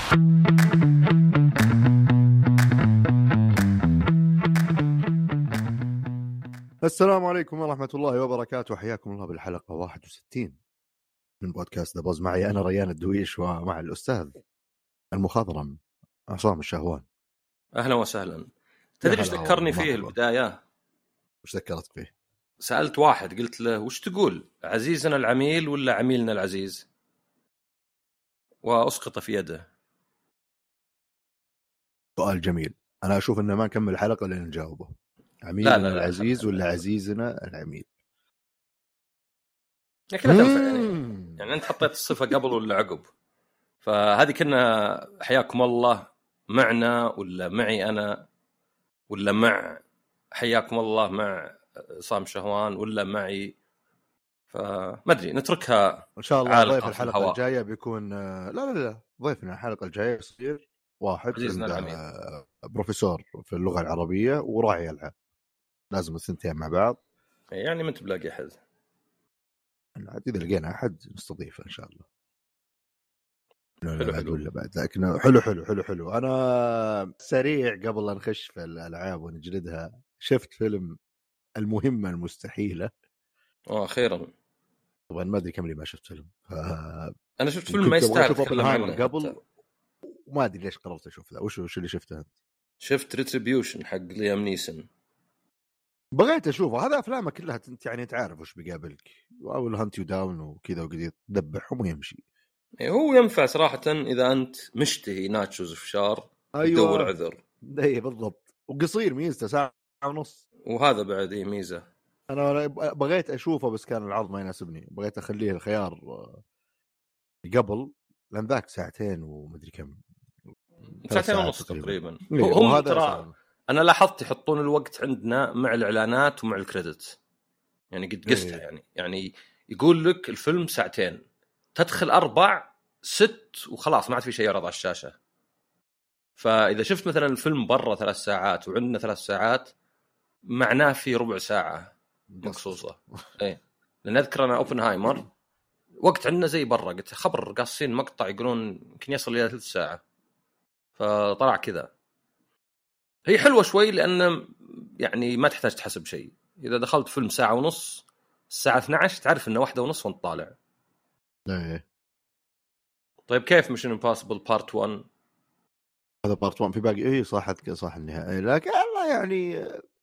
السلام عليكم ورحمة الله وبركاته. حياكم الله بالحلقة 61 من بودكاست دبوز. معي أنا ريان الدويش ومع الأستاذ المخضرم عصام الشهوان. أهلا وسهلا. تدري إيش ذكرني فيه البداية؟ وش ذكرت فيه؟ سألت واحد قلت له وش تقول، عزيزنا العميل ولا عميلنا العزيز؟ وأسقط في يده. سؤال جميل. أنا أشوف إنه ما نكمل الحلقة لين نجاوبه. عميلنا لا العزيز ولا عزيزنا العميل؟ كذا تنفع يعني أنت حطيت الصفة قبل ولا عقب؟ فهذه كنا حياكم الله معنا ولا معي أنا ولا مع حياكم الله مع صام شهوان ولا معي، فما أدري نتركها إن شاء الله. ضيف في الحلقة الجاية بيكون لا ضيفنا الحلقة الجاية يصير واحد بروفيسور في اللغة العربية وراعي ألعاب، لازم الثنتين مع بعض. يعني ما تبلاقي أحد، إذا لقينا أحد نستضيفه إن شاء الله. حلو. ولا بعد، لكن حلو. أنا سريع قبل لا نخش في الألعاب ونجلدها، شفت فيلم المهمة المستحيلة. أخيرا. طبعا ما أدري كم اللي ما شفت فيلم. أنا شفت فيلم ما يستاهل أتكلم عنه قبل وما أدري ليش قررت أشوف ذا. وش اللي شفته أنت؟ شفت ريتريبيوشن حق ليام نيسون. بغيت أشوفه. هذا أفلامه كلها يعني تعرف وش بيقابلك، أو الهانت يو داون وكذا وقدير تدبحهم ويمشي. هو ينفع صراحة إذا أنت مشتهي ناتشوز فشار. أيوة. تدور عذر. ايه بالضبط. وقصير ميزته ساعة ونص، وهذا بعد ميزة. أنا بغيت أشوفه بس كان العرض ما يناسبني. بغيت أخليه الخيار قبل، لأن ذاك ساعتين ومدري كم، 2 ونص تقريبا. هم ترى أنا لاحظت يحطون الوقت عندنا مع الإعلانات ومع الكريدت، يعني قد قستها. يعني يقول لك الفيلم 2 ساعة، تدخل 4 6 وخلاص ما عاد في شيء يعرض على الشاشة. فإذا شفت مثلا الفيلم برا 3 ساعات وعندنا 3 ساعات، معناه في ربع ساعة مقصوصة. إيه، لأن أذكر أنا أوبنهايمر وقت عندنا زي برا، قلت خبر قاصين مقطع يقولون يمكن يصل إلى 3 ساعة، فطلع كذا. هي حلوة شوي لأن يعني ما تحتاج تحسب شيء. إذا دخلت فيلم 1.5 ساعة الساعة 12 تعرف إنه 1.5 وانت طالع. إيه. طيب كيف ميشن امبوسيبل بارت 1؟ هذا بارت 1 في باقي. إيه صح النهاية، لكن الله يعني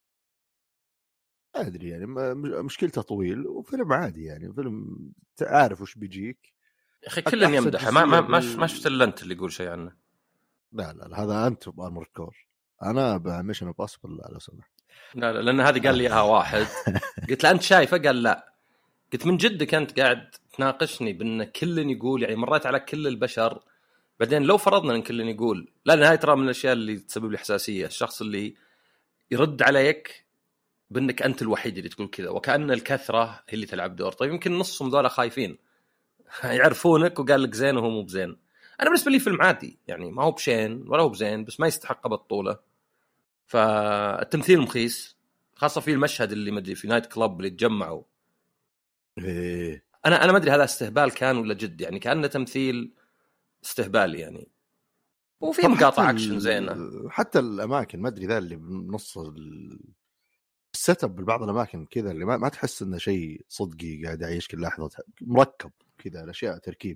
أدري يعني مشكلته طويل وفيلم عادي، يعني فيلم تعرف وش بيجيك. يا أخي كلن يمدح، ما شفت إلا أنت اللي يقول شيء عنه. لا هذا أنت بأرمر كور، أنا بميشن امبوسيبل لا سمح. لا لأن هذه قال لي إياها واحد. قلت له أنت شايفه؟ قال لا. قلت من جدك أنت قاعد تناقشني بأن كلن يقول، يعني مريت على كل البشر. بعدين لو فرضنا أن كلن يقول، لا هاي ترى من الأشياء اللي تسبب لي حساسية، الشخص اللي يرد عليك بأنك أنت الوحيد اللي تقول كذا، وكأن الكثرة هي اللي تلعب دور. طيب يمكن نصهم ذولا خايفين يعرفونك وقال لك زين وهو مو بزين. أنا بالنسبة لي فيلم عادي، يعني ما هو بشين ولا هو بزين، بس ما يستحق بالطولة. فالتمثيل مخيس، خاصة في المشهد اللي مدري في نايت كلاب اللي تجمعوا. إيه. أنا ما أدري هذا استهبال كان ولا جد، يعني كأنه تمثيل استهبالي يعني. وفي مقاطع أكشن زينة. حتى الأماكن ما أدري ذا اللي بنص السيت اب ببعض الأماكن كذا اللي ما تحس إنه شيء صدقي قاعد يعيش كل لحظة، مركب كذا الأشياء تركيب.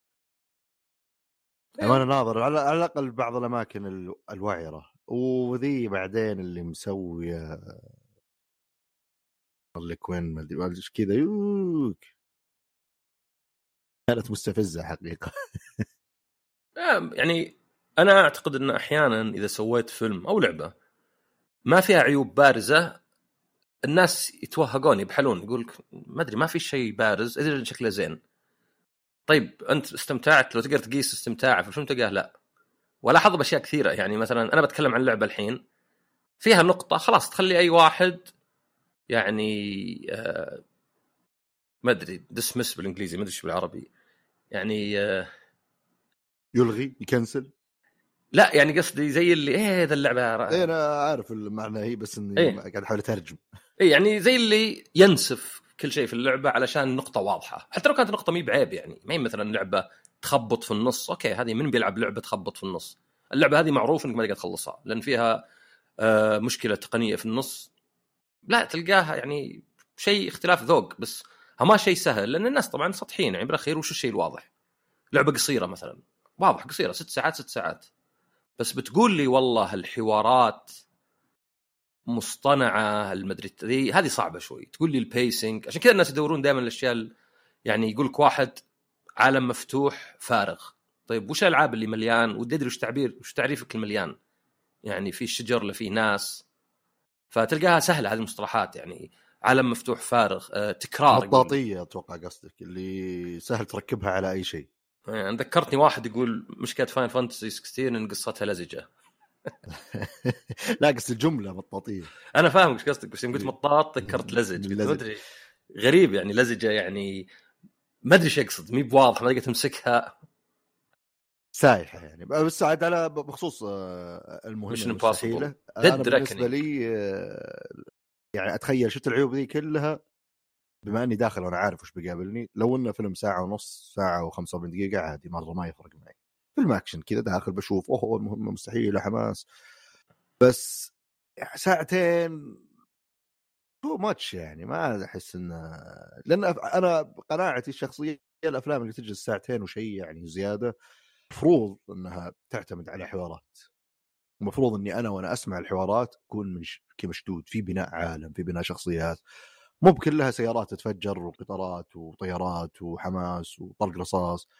أنا ناظر على الأقل بعض الأماكن الوعرة، وذي بعدين اللي مسوية لك وين ما أدري إيش كذا كانت مستفزة حقيقة. يعني أنا أعتقد أن أحيانا إذا سويت فيلم أو لعبة ما فيها عيوب بارزة، الناس يتوهقون يبحلون، يقولك ما أدري ما في شيء بارز إذا شكله زين. طيب أنت استمتعت؟ لو تقدر تقيس استمتاع في الفيلم تلقاه لا. ولاحظ بأشياء كثيرة، يعني مثلا أنا بتكلم عن اللعبة الحين، فيها نقطة خلاص تخلي أي واحد يعني ما أدري dismiss بالإنجليزي، ما أدري إيش بالعربي، يعني يلغي يكنسل. لا يعني قصدي زي اللي ذا اللعبة أنا عارف المعنى هي، بس إني قاعد أحاول أترجم. يعني زي اللي ينسف كل شيء في اللعبة علشان نقطة واضحة، حتى لو كانت نقطة مي بعيب، يعني ما هي مثلا لعبة تخبط في النص، اوكي هذه من بيلعب لعبه تخبط في النص؟ اللعبه هذه معروف انك ما تقدر تخلصها لان فيها مشكله تقنيه في النص. لا تلقاها يعني شيء اختلاف ذوق، بس ما شيء سهل لان الناس طبعا سطحيين. يعني بالاخير وش الشيء الواضح؟ لعبه قصيره مثلا، واضح قصيره 6 ساعات، بس بتقول لي والله الحوارات مصطنعه، المدري هذه صعبه شوي. تقول لي البيسنج، عشان كذا الناس يدورون دائما الاشياء يعني يقولك واحد عالم مفتوح فارغ، طيب وش الالعاب اللي مليان ودي ادري وش تعريفك المليان؟ يعني في الشجر اللي فيه ناس، فتلقاها سهله هذه المصطلحات. يعني عالم مفتوح فارغ، تكرار مطاطيه اتوقع قصدك، اللي سهل تركبها على اي شيء. يعني ذكرتني واحد يقول مشكله فاين فانتسي 16 ان قصتها لزجه. لا قصدي الجمله مطاطيه. انا فاهم ايش قصدك، بس يوم قلت مطاط ذكرت لزج، ما ادري غريب يعني لزجه، يعني ما ادري ايش يقصد، مي بواضح، ما تقدر تمسكها، سايحه يعني. بس عاد على بخصوص المهمه المستحيله، انا بالنسبه لي يعني اتخيل شفت العيوب ذي كلها بما اني داخل وانا عارف وش بيقابلني. لو انه فيلم ساعه ونص، ساعه و45 دقيقه، عادي مره ما يفرق معي. فيلم اكشن كذا داخل بشوف اوه المهمه مستحيله حماس. بس ساعتين تو ماتش يعني، ما احس انه، لان انا قناعتي الشخصيه الافلام اللي تجلس ساعتين وشيء يعني زياده مفروض انها تعتمد على حوارات. ومفروض اني انا وانا اسمع الحوارات اكون مشدود في بناء عالم، في بناء شخصيات، مو بكلها سيارات تتفجر وقطارات وطيارات وحماس وطلق رصاص.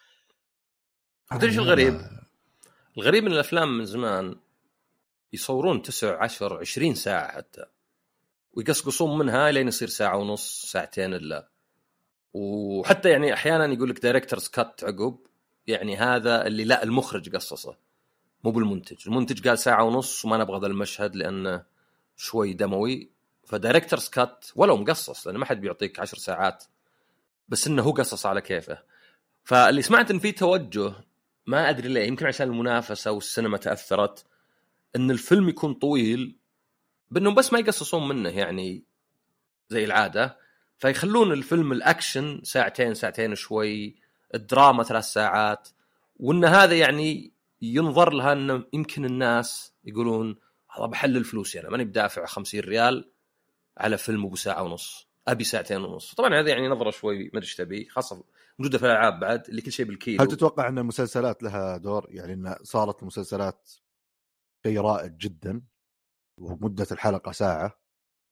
تدري شو الغريب؟ الغريب ان الافلام من زمان يصورون 9 10 20 ساعه حتى، ويقصقصون منها لين يصير ساعه ونص ساعتين الا. وحتى يعني احيانا يقول لك دايركتورز كات عقب، يعني هذا اللي لا المخرج قصصه مو بالمنتج. المنتج قال ساعه ونص وما نبغى ذا المشهد لانه شوي دموي، فدايركتورز كات ولو مقصص لانه ما حد بيعطيك 10 ساعات، بس انه هو قصص على كيفه. فاللي سمعت ان في توجه، ما ادري ليه، يمكن عشان المنافسه والسينما تاثرت، ان الفيلم يكون طويل بانهم بس ما يقصصون منه يعني زي العاده، فيخلون الفيلم الاكشن ساعتين شوي، الدراما 3 ساعات. وان هذا يعني ينظر لها انه يمكن الناس يقولون هذا بحل الفلوس، يعني ماني بدافع 50 ريال على فيلم ابو ساعه ونص، ابي 2.5 ساعة. طبعا هذا يعني نظره شوي ما ادري ايش تبي، خاصه موجوده في الالعاب بعد اللي كل شيء بالكيلو. هل تتوقع ان المسلسلات لها دور؟ يعني ان صارت المسلسلات شيء رائد جدا ومده الحلقه ساعه،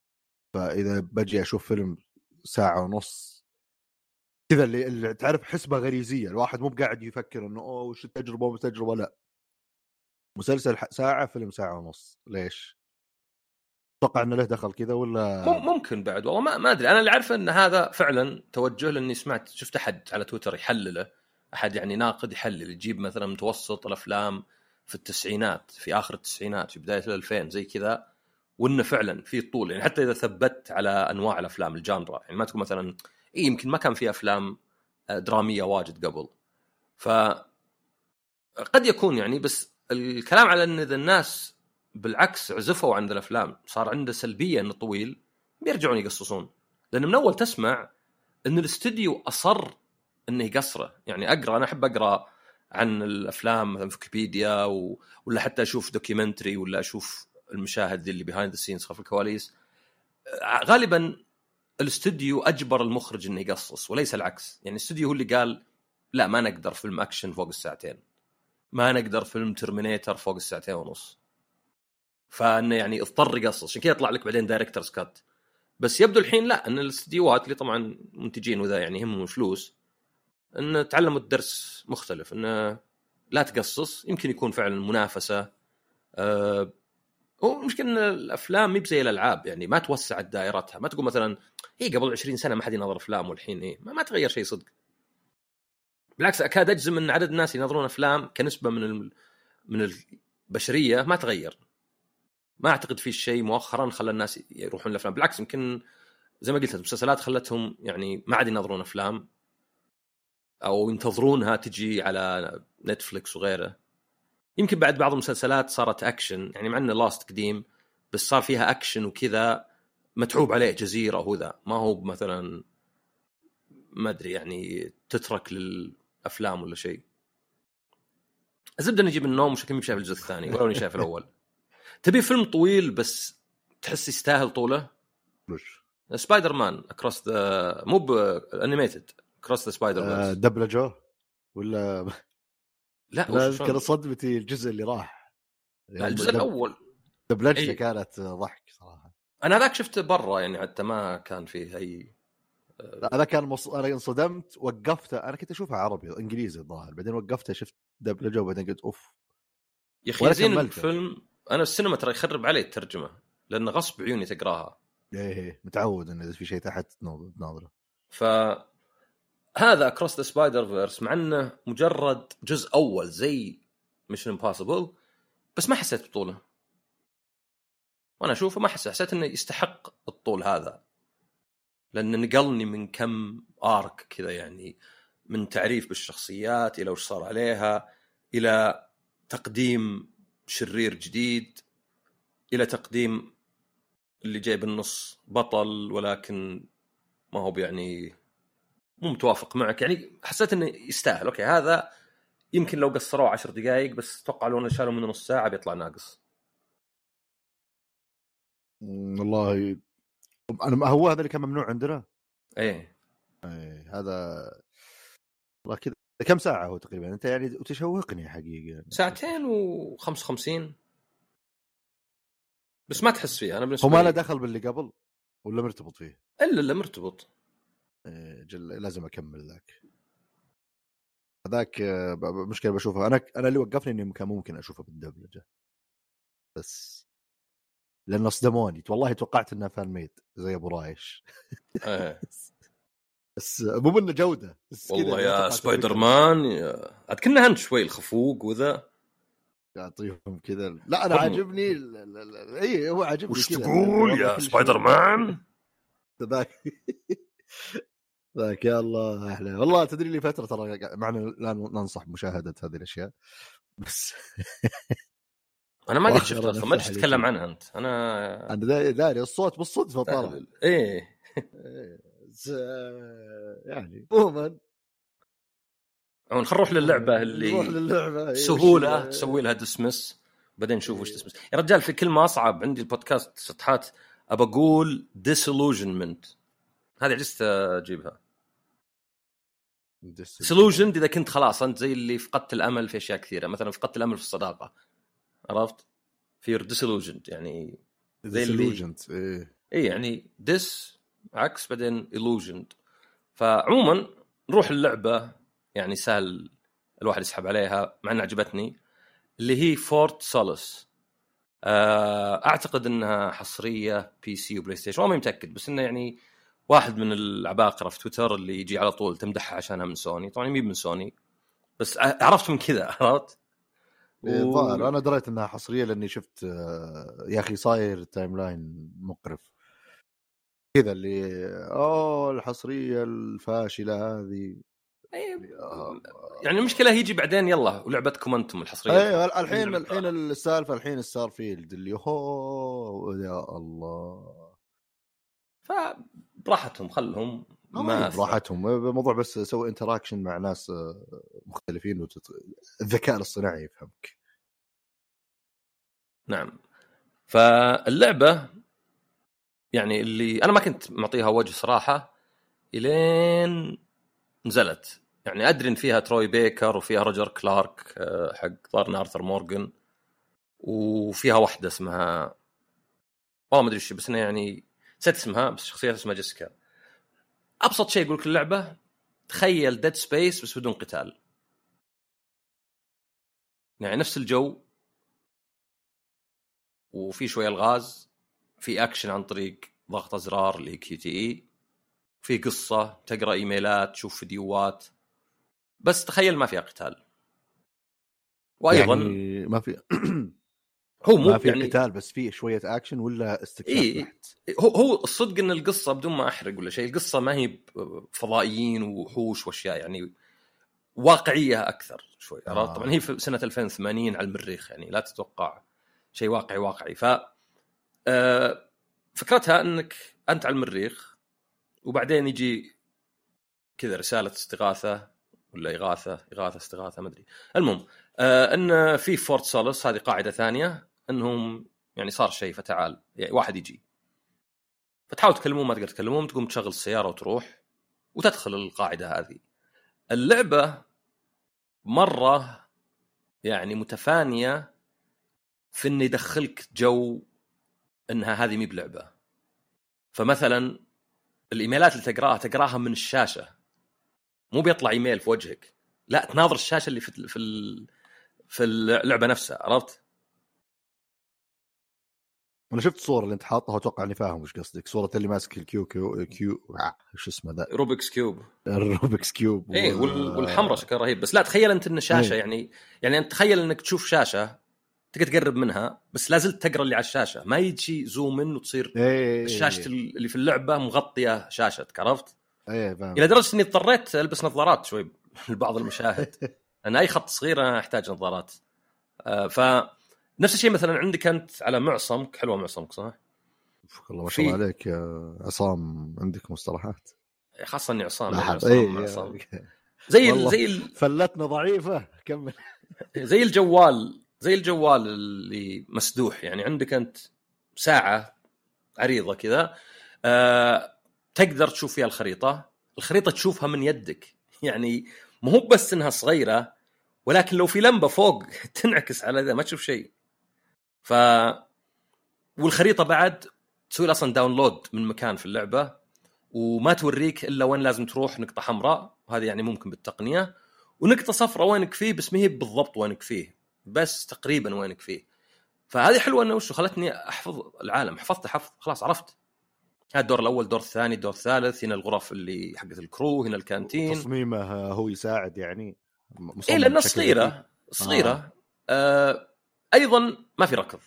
فاذا بجي اشوف فيلم ساعه ونص كذا اللي تعرف حسبه غريزيه، الواحد مو بقاعد يفكر انه اوه وش التجربه لا، مسلسل ساعه فيلم ساعه ونص، ليش؟ اتوقع انه له دخل كذا ولا ممكن بعد، والله ما ادري. انا اللي عارفه ان هذا فعلا توجه، لاني شفت احد على تويتر يحلله، احد يعني ناقد يحلل، يجيب مثلا متوسط الافلام في التسعينات، في اخر التسعينات، في بدايه 2000 زي كذا، وانه فعلا في طول. يعني حتى اذا ثبت على انواع الافلام الجانرا، يعني ما تقول مثلا يمكن ما كان في افلام دراميه واجد قبل، فقد يكون يعني. بس الكلام على ان اذا الناس بالعكس عزفوا عن الافلام، صار عنده سلبيه انه طويل، بيرجعون يقصصون. لان من اول تسمع ان الاستوديو اصر انه يقصره. يعني انا احب اقرا عن الافلام مثلا في ويكيبيديا ولا حتى اشوف دوكيومنتري ولا اشوف المشاهد اللي بيهايند ذا سينز خلف الكواليس. غالبا الاستوديو اجبر المخرج انه يقصص وليس العكس. يعني الاستوديو هو اللي قال لا ما نقدر فيلم اكشن فوق 2 ساعتين، ما نقدر فيلم ترمينيتر فوق 2.5 ساعة، فانه يعني اضطر يقصص. عشان كذا يطلع لك بعدين دايركتورز كات. بس يبدو الحين لا، ان الاستديوهات اللي طبعا منتجين وذا يعني يهمهم الفلوس، ان تعلموا الدرس مختلف، انه لا تقصص. يمكن يكون فعلا منافسه. ومشكلة ان الافلام مي زي الالعاب، يعني ما توسعت دائرتها. ما تقول مثلا قبل 20 سنه ما حد ينظر افلام والحين ما تغير شيء صدق. بالعكس اكاد اجزم ان عدد الناس ينظرون افلام كنسبه من البشريه ما تغير. ما اعتقد في شيء مؤخرا خلى الناس يروحون الافلام. بالعكس يمكن زي ما قلت المسلسلات خلتهم يعني ما عاد ينظرون افلام، او ينتظرونها تجي على نتفليكس وغيره. يمكن بعد بعض المسلسلات صارت اكشن، يعني مع ان لاست قديم بس صار فيها اكشن وكذا، متعوب عليه جزيره وهذا، ما هو مثلا ما ادري يعني تترك للافلام ولا شيء. الزبده نجيب النوم وشكلي مش شايف الجزء الثاني ولا شايف الاول. تبي فيلم طويل بس تحس يستاهل طوله؟ وش سبايدر مان اكروس ذا مو انيميتد اكروس ذا سبايدر فيرس دبلجه ولا لا انا اذكر صدمتي الجزء اللي راح. لا الجزء الاول دبلجته كانت ضحك صراحه. انا ذاك شفته برا يعني حتى ما كان فيه اي انا كان انا انصدمت وقفته. انا كنت اشوفها عربي انجليزي الظاهر بعدين وقفته شفت دبلجه وبعدين قلت اوف يا اخي زين الفيلم. انا السينما ترى يخرب علي الترجمه لان غصب عيوني تقراها. ايه متعود ان في شيء تحت ناظره. هذا اكروس ذا سبايدر فيرس مع انه مجرد جزء اول زي ميشن امبوسيبل بس ما حسيت بطوله. وانا اشوفه ما حسيت انه يستحق الطول هذا لان نقلني من كم ارك كذا يعني من تعريف بالشخصيات الى وش صار عليها الى تقديم شرير جديد الى تقديم اللي جاي بالنص بطل ولكن ما هو يعني مو متوافق معك. يعني حسيت انه يستاهل. اوكي هذا يمكن لو قصروا 10 دقائق بس اتوقع لو شالوا منه نص ساعه بيطلع ناقص. والله انا هو هذا اللي كان ممنوع عندنا. ايه هذا والله كذا. كم ساعه هو تقريبا انت يعني وتشوقني حقيقه؟ 2:55 بس ما تحس فيه. انا بالنسبه هو ما له دخل باللي قبل ولا مرتبط فيه؟ الا مرتبط. لازم اكمل ذاك. هذاك مشكله بشوفها. انا اللي وقفني اني كان ممكن اشوفه بالدبلجه بس لانه صدموني والله. توقعت انها فان ميد زي ابو رايش. بس مو منه جوده بس والله يا سبايدر مان عاد كنا هنت شوي الخفوق وذا يعطيهم كذا. لا انا عاجبني اي هو عاجبني وش تقول يا سبايدر مان ذاك يا الله احلى والله. تدري لي فتره ترى معنا لا ننصح مشاهده هذه الاشياء بس انا ما قد شفتها ما تتكلم عنها انت. انا داري الصوت بالصدفه طلع ايه يعني عموما خلينا نروح للعبه اللي سهوله تسوي لها ديسمس بعدين نشوف وش ديسمس. يا رجال في كلمه اصعب عندي البودكاست سطحات ابى اقول ديسلوجنمنت. هذه عجزت اجيبها. ديسلوجن اذا كنت خلاص انت زي اللي فقدت الامل في اشياء كثيره. مثلا فقدت الامل في الصداقه عرفت في ديسلوجنت يعني زي اللي ايه يعني ديس عكس بعدين illusioned. فعموما نروح اللعبه يعني سهل الواحد يسحب عليها مع انها عجبتني اللي هي فورت سولس. اعتقد انها حصريه بي سي وبلاي ستيشن وما متاكد بس انه يعني واحد من العباقرة في تويتر اللي يجي على طول تمدحها عشانها من سوني. طبعا مي من سوني بس عرفت من كذا عرفت الظاهر انا دريت انها حصريه لاني شفت يا اخي صاير تايم لاين مقرف كذا اللي الحصريه الفاشله هذه. يعني المشكله يجي بعدين يلا ولعبتكم انتم الحصريه. ايوه الحين السالفه الحين ستار فيلد اللي هو يا الله. براحتهم خلهم ما براحتهم الموضوع بس سوي انتراكشن مع ناس مختلفين الذكاء الاصطناعي يفهمك. نعم. فاللعبة يعني اللي أنا ما كنت معطيها وجه صراحة إلين نزلت. يعني أدري إن فيها تروي بيكر وفيها روجر كلارك حق ظهرنا آرثر مورغان وفيها واحدة اسمها والله ما أدري إيش بس أنا يعني نسيت اسمها بس شخصيتها اسمها جيسيكا. أبسط شيء يقولك اللعبة تخيل ديد سبيس بس بدون قتال. يعني نفس الجو وفي شوية الغاز في أكشن عن طريق ضغط أزرار اللي هي QTE في قصة تقرأ إيميلات تشوف فيديوهات بس تخيل ما فيها قتال. وأيضا يعني ما في هو مو ما في يعني قتال بس في شوية أكشن ولا استكشاف. هو الصدق إن القصة بدون ما أحرق ولا شيء القصة ما هي فضائيين وحوش وأشياء يعني واقعية أكثر شوي. طبعا هي في سنة 2080 على المريخ يعني لا تتوقع شيء واقعي. فكرتها أنك أنت على المريخ وبعدين يجي كذا رسالة استغاثة ولا إغاثة استغاثة ما أدري. المهم ان في فورت سولوس هذه قاعده ثانيه انهم يعني صار شيء فتعال يعني واحد يجي فتحاول تكلمون ما تقدر تكلمون تقوم تشغل السياره وتروح وتدخل القاعده هذه. اللعبه مره يعني متفانيه في انه يدخلك جو انها هذه مي بلعبه. فمثلا الايميلات اللي تقراها من الشاشه مو بيطلع ايميل في وجهك لا تناظر الشاشه اللي في اللعبه نفسها عرفت. انا شفت الصوره اللي انت حاطها واتوقع اني فاهم وش قصدك صوره اللي ماسك الكيو ايش اسمه ذا روبكس كيوب الروبكس كيوب ايه والحمراء شكلها رهيب. بس لا تخيل انت ان شاشه يعني انت تخيل انك تشوف شاشه تقدر تقرب منها بس لازلت تقرا اللي على الشاشه ما يجي زوم ان وتصير الشاشه اللي في اللعبه مغطيه شاشتك عرفت. الى درجه اني اضطريت البس نظارات شوي لبعض المشاهد انا اي خط صغير انا احتاج نظارات. فنفس الشيء مثلا عندك انت على معصمك حلوه معصمك صح والله ما شاء الله عليك يا عصام عندك مصطلحات خاصه اني عصام زي فلتنا ضعيفه كمل. زي الجوال اللي مسدوح يعني عندك انت ساعه عريضه كذا تقدر تشوف فيها الخريطه تشوفها من يدك يعني مو بس انها صغيره ولكن لو في لمبه فوق تنعكس على ذا ما تشوف شيء. والخريطه بعد تسوي اصلا داونلود من مكان في اللعبه وما توريك الا وين لازم تروح نقطه حمراء وهذه يعني ممكن بالتقنيه ونقطه صفراء وينك فيه بس ما هي بالضبط وينك فيه بس تقريبا وينك فيه. فهذه حلوه انه وش خلتني احفظ العالم حفظت خلاص عرفت هذا الدور الاول الدور الثاني الدور الثالث هنا الغرف اللي حقت الكرو هنا الكانتين تصميمه هو يساعد يعني إيه لأنه صغيرة أيضا ما في ركض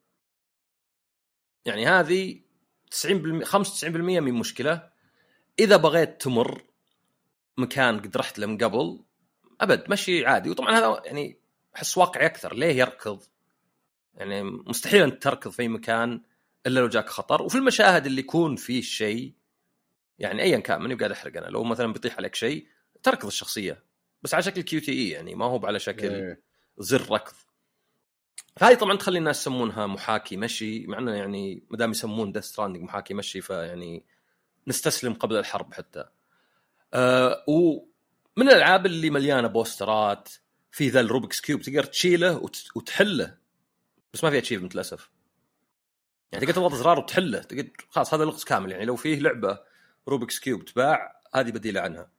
يعني هذه 90% 95% من مشكلة. إذا بغيت تمر مكان قد رحت له من قبل أبد مشي عادي. وطبعا هذا يعني أحس واقعي أكثر. ليه يركض يعني مستحيل أن تركض في مكان إلا لو جاك خطر. وفي المشاهد اللي يكون فيه شيء يعني أيا كان من يقعد أحرق أنا لو مثلا بيطيح عليك شيء تركض الشخصية بس على شكل QTE يعني ما هو على شكل زر ركض. هاي طبعا تخلي الناس يسمونها محاكي مشي مع انه يعني مدام يسمون ديث ستراندنج محاكي مشي فيعني نستسلم قبل الحرب حتى. ومن الالعاب اللي مليانه بوسترات في ذا الروبكس كيوب تقدر تشيله وتحله بس ما فيها اتشيفمنت للاسف يعني تقدر تضغط زرار وتحله تقدر خلاص هذا اللغز كامل. يعني لو فيه لعبه روبكس كيوب تباع هذه بديله عنها.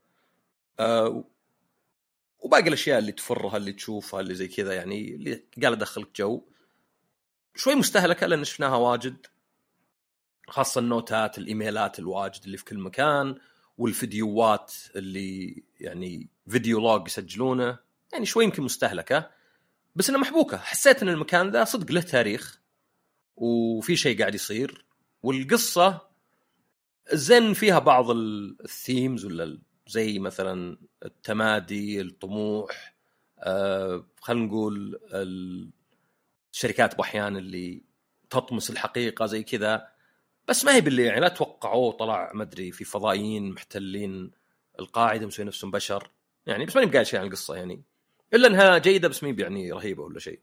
وباقي الاشياء اللي تفرها اللي تشوفها اللي زي كذا يعني اللي قال ادخلك جو شوي مستهلكه لان شفناها واجد خاصه النوتات الايميلات الواجد اللي في كل مكان والفيديوهات اللي يعني فيديو لوج يسجلونه يعني شوي يمكن مستهلكه بس انها محبوكه. حسيت ان المكان ذا صدق له تاريخ وفي شيء قاعد يصير والقصه زين فيها بعض الثيمز ولا زي مثلا التمادي الطموح خلينا نقول الشركات بأحيان اللي تطمس الحقيقة زي كذا بس ما هي باللي يعني لا توقعوه طلع مدري في فضائيين محتلين القاعدة مسوي نفسهم بشر يعني بس ماني بقال شيء عن القصة يعني إلا أنها جيدة بس مي يعني رهيبة ولا شيء.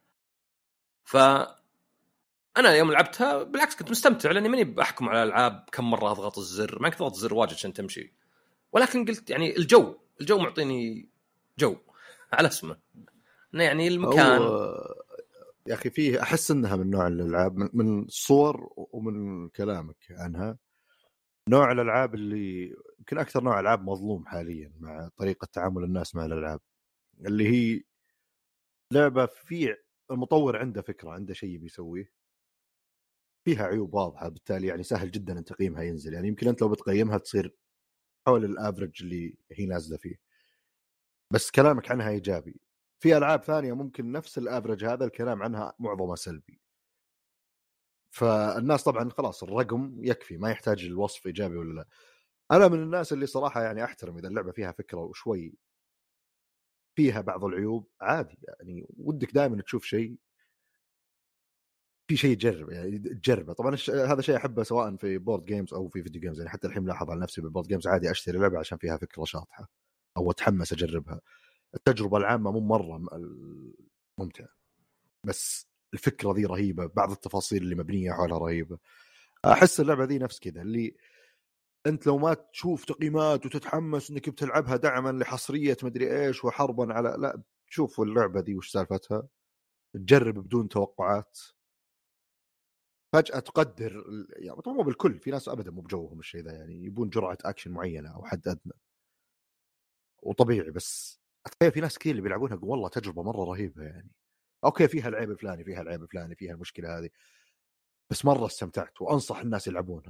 فأنا يوم لعبتها بالعكس كنت مستمتع لأني ماني بحكم على الألعاب كم مرة أضغط الزر ما كنت أضغط الزر واجد عشان تمشي ولكن قلت يعني الجو معطيني جو على اسمه يعني المكان يا أخي فيه أحس أنها من نوع الألعاب من الصور ومن كلامك عنها نوع الألعاب اللي يمكن أكثر نوع ألعاب مظلوم حاليا مع طريقة تعامل الناس مع الألعاب اللي هي لعبة في المطور عنده فكرة عنده شيء بيسويه فيها عيوب واضحة بالتالي يعني سهل جدا أن تقييمها ينزل. يعني يمكن أنت لو بتقيمها تصير حول الافرج اللي هي نازله فيه بس كلامك عنها ايجابي. في العاب ثانيه ممكن نفس الافرج هذا الكلام عنها معظمه سلبي فالناس طبعا خلاص الرقم يكفي ما يحتاج الوصف ايجابي ولا لا. انا من الناس اللي صراحه يعني احترم اذا اللعبه فيها فكره وشوي فيها بعض العيوب عادي يعني ودك دائما تشوف شيء في شيء تجرب يعني تجربه. طبعا هذا شيء احبه سواء في بورد جيمز او في فيديو جيمز يعني حتى الحين لاحظ على نفسي بالبورد جيمز عادي اشتري لعبه عشان فيها فكره شاطحه او اتحمس اجربها. التجربة العامة مو مرة ممتعة، بس الفكرة ذي رهيبة، بعض التفاصيل اللي مبنية حولها رهيبة. أحس اللعبة ذي نفس كذا، اللي أنت لو ما تشوف تقييمات وتتحمس إنك بتلعبها دعما لحصرية مدري إيش وحربا على، لا، تشوف اللعبة ذي وش سالفتها، تجرب بدون توقعات، فجأة تقدر يعني طبعا مو بالكل، في ناس أبدا مو بجوهم الشيء ذا، يعني يبون جرعة أكشن معينة أو حد أدنى وطبيعي، بس أتخيل في ناس كثير اللي بيلعبونها والله تجربة مرة رهيبة يعني. أوكي فيها العيب الفلاني، فيها العيب الفلاني، فيها المشكلة هذه، بس مرة استمتعت وأنصح الناس يلعبونها.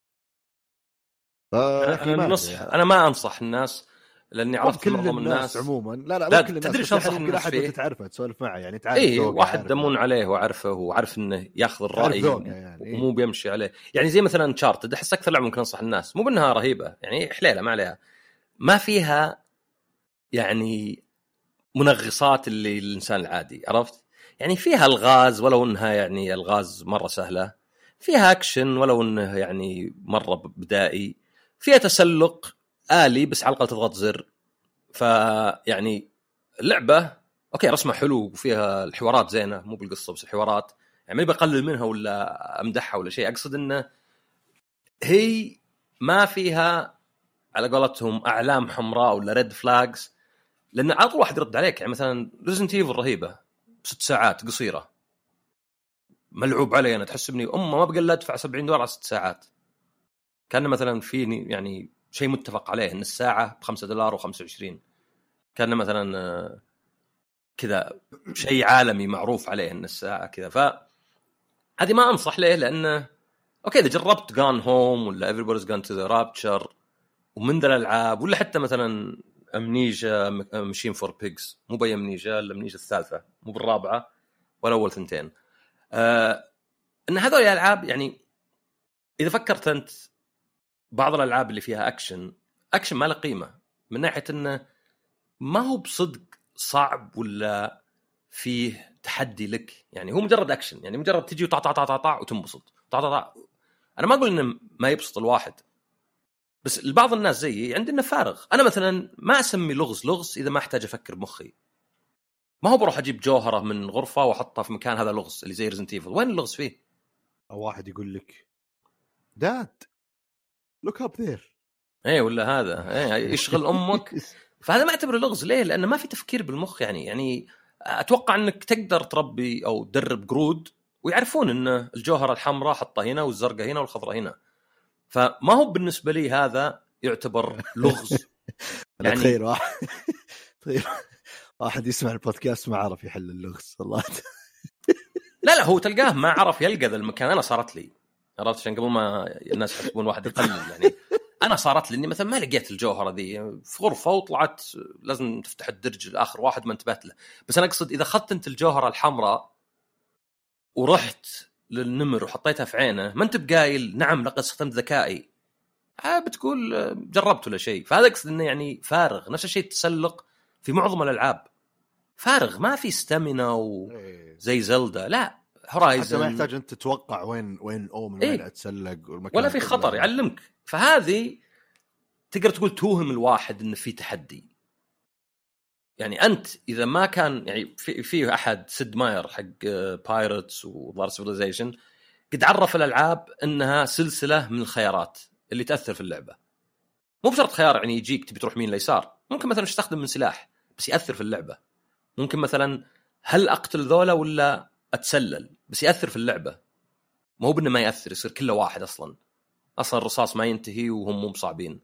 أنا ما أنصح الناس، لأني عرفت معظم الناس عموما لا كل الناس، تدري شو أنصح الناس أحد فيه؟ تتعرفه تسولف معه يعني، تعرف إيه واحد دمون عليه وعارفه وعارف إنه ياخذ الرأي يعني. ومو بيمشي عليه، يعني زي مثلا تشارتد، أحس أكثر لعبة ممكن أنصح الناس، مو بأنها رهيبة يعني، حليلة ما عليها، ما فيها يعني منغصات اللي الإنسان العادي، عرفت يعني، فيها الغاز ولو إنها يعني الغاز مرة سهلة، فيها أكشن ولو إنه يعني مرة بدائي، فيها تسلق آلي بس على الأقل تضغط زر. فيعني اللعبة أوكي رسمها حلو وفيها الحوارات زينة، مو بالقصة بس الحوارات، يعني ما بقلل منها ولا أمدحها ولا شيء، أقصد إنه هي ما فيها على قولتهم أعلام حمراء ولا ريد فلاجز، لأن على طول واحد يرد عليك. يعني مثلا ريزنت ايفل رهيبة 6 ساعات قصيرة، ملعوب علي أنا، تحسبني ما بقى لا أدفع $70 على 6 ساعات، كان مثلا فيني يعني شيء متفق عليه إن الساعة $5 و25، كان مثلا كذا شيء عالمي معروف عليه إن الساعة كذا. فهذه ما أنصح ليه، لأنه أوكي إذا جربت جان هوم ولا Everybody's Gone to the Rapture ومن ذا الألعاب، ولا حتى مثلا أمنيجا ماشين فور بيجز، مو بي أمنيجا، الأمنيجا الثالثة مو بالرابعة ولا أول ثنتين، إن هذول الألعاب يعني إذا فكرت أنت بعض الألعاب اللي فيها أكشن ما له قيمة، من ناحية إنه ما هو بصدق صعب ولا فيه تحدي لك، يعني هو مجرد أكشن، يعني مجرد تجي وطع وتنبسط طع. أنا ما أقول إنه ما يبسط الواحد، بس البعض الناس زيي عندنا فارغ. أنا مثلا ما أسمي لغز إذا ما أحتاج أفكر بمخي، ما هو بروح أجيب جوهرة من غرفة وأحطها في مكان هذا لغز اللي زي ريزنت ايفل، وين اللغز فيه؟ أو واحد يقول لك داد look up there، إيه ولا هذا إيه يشغل أمك. فهذا ما أعتبره لغز، ليه؟ لأنه ما في تفكير بالمخ. يعني أتوقع أنك تقدر تربي أو تدرب قرود ويعرفون أن الجوهرة الحمراء حطها هنا والزرقاء هنا والخضراء هنا، فما هو بالنسبة لي هذا يعتبر لغز. يعني تخيل واحد يسمع البودكاست ما عرف يحل اللغز والله. لا هو تلقاه ما عرف يلقى ذا المكان. أنا صارت لي، عرفت، عشان قبل ما الناس يحسبون واحد يقلل، يعني أنا صارت لي إني مثلا ما لقيت الجوهرة ذي في غرفة وطلعت لازم تفتح الدرج الآخر واحد ما انتبهت له. بس أنا أقصد إذا أخذت أنت الجوهرة الحمراء ورحت للنمر وحطيتها في عينه، ما أنت بقايل نعم لقد استخدمت ذكائي، بتقول جربت ولا شيء. فهذا أقصد إنه يعني فارغ. نفس الشيء التسلق في معظم الألعاب فارغ، ما في ستامينا وزي زلدا، لا هورايزن ما يحتاج أنت تتوقع وين من وين أتسلق ولا في خطر يعلمك. فهذه تقدر تقول توهم الواحد إنه في تحدي. يعني أنت إذا ما كان يعني في أحد سيد ماير حق بايرتس وضار سيفيلايزيشن قد عرف الألعاب إنها سلسلة من الخيارات اللي تأثر في اللعبة، مو بشرط خيار يعني يجيك تبي تروح مين اليسار، ممكن مثلا تستخدم من سلاح بس يأثر في اللعبة، ممكن مثلا هل أقتل ذولا ولا أتسلل بس يأثر في اللعبة، ما هو بأنه ما يأثر، يصير كله واحد أصلا الرصاص ما ينتهي وهم مو صعبين.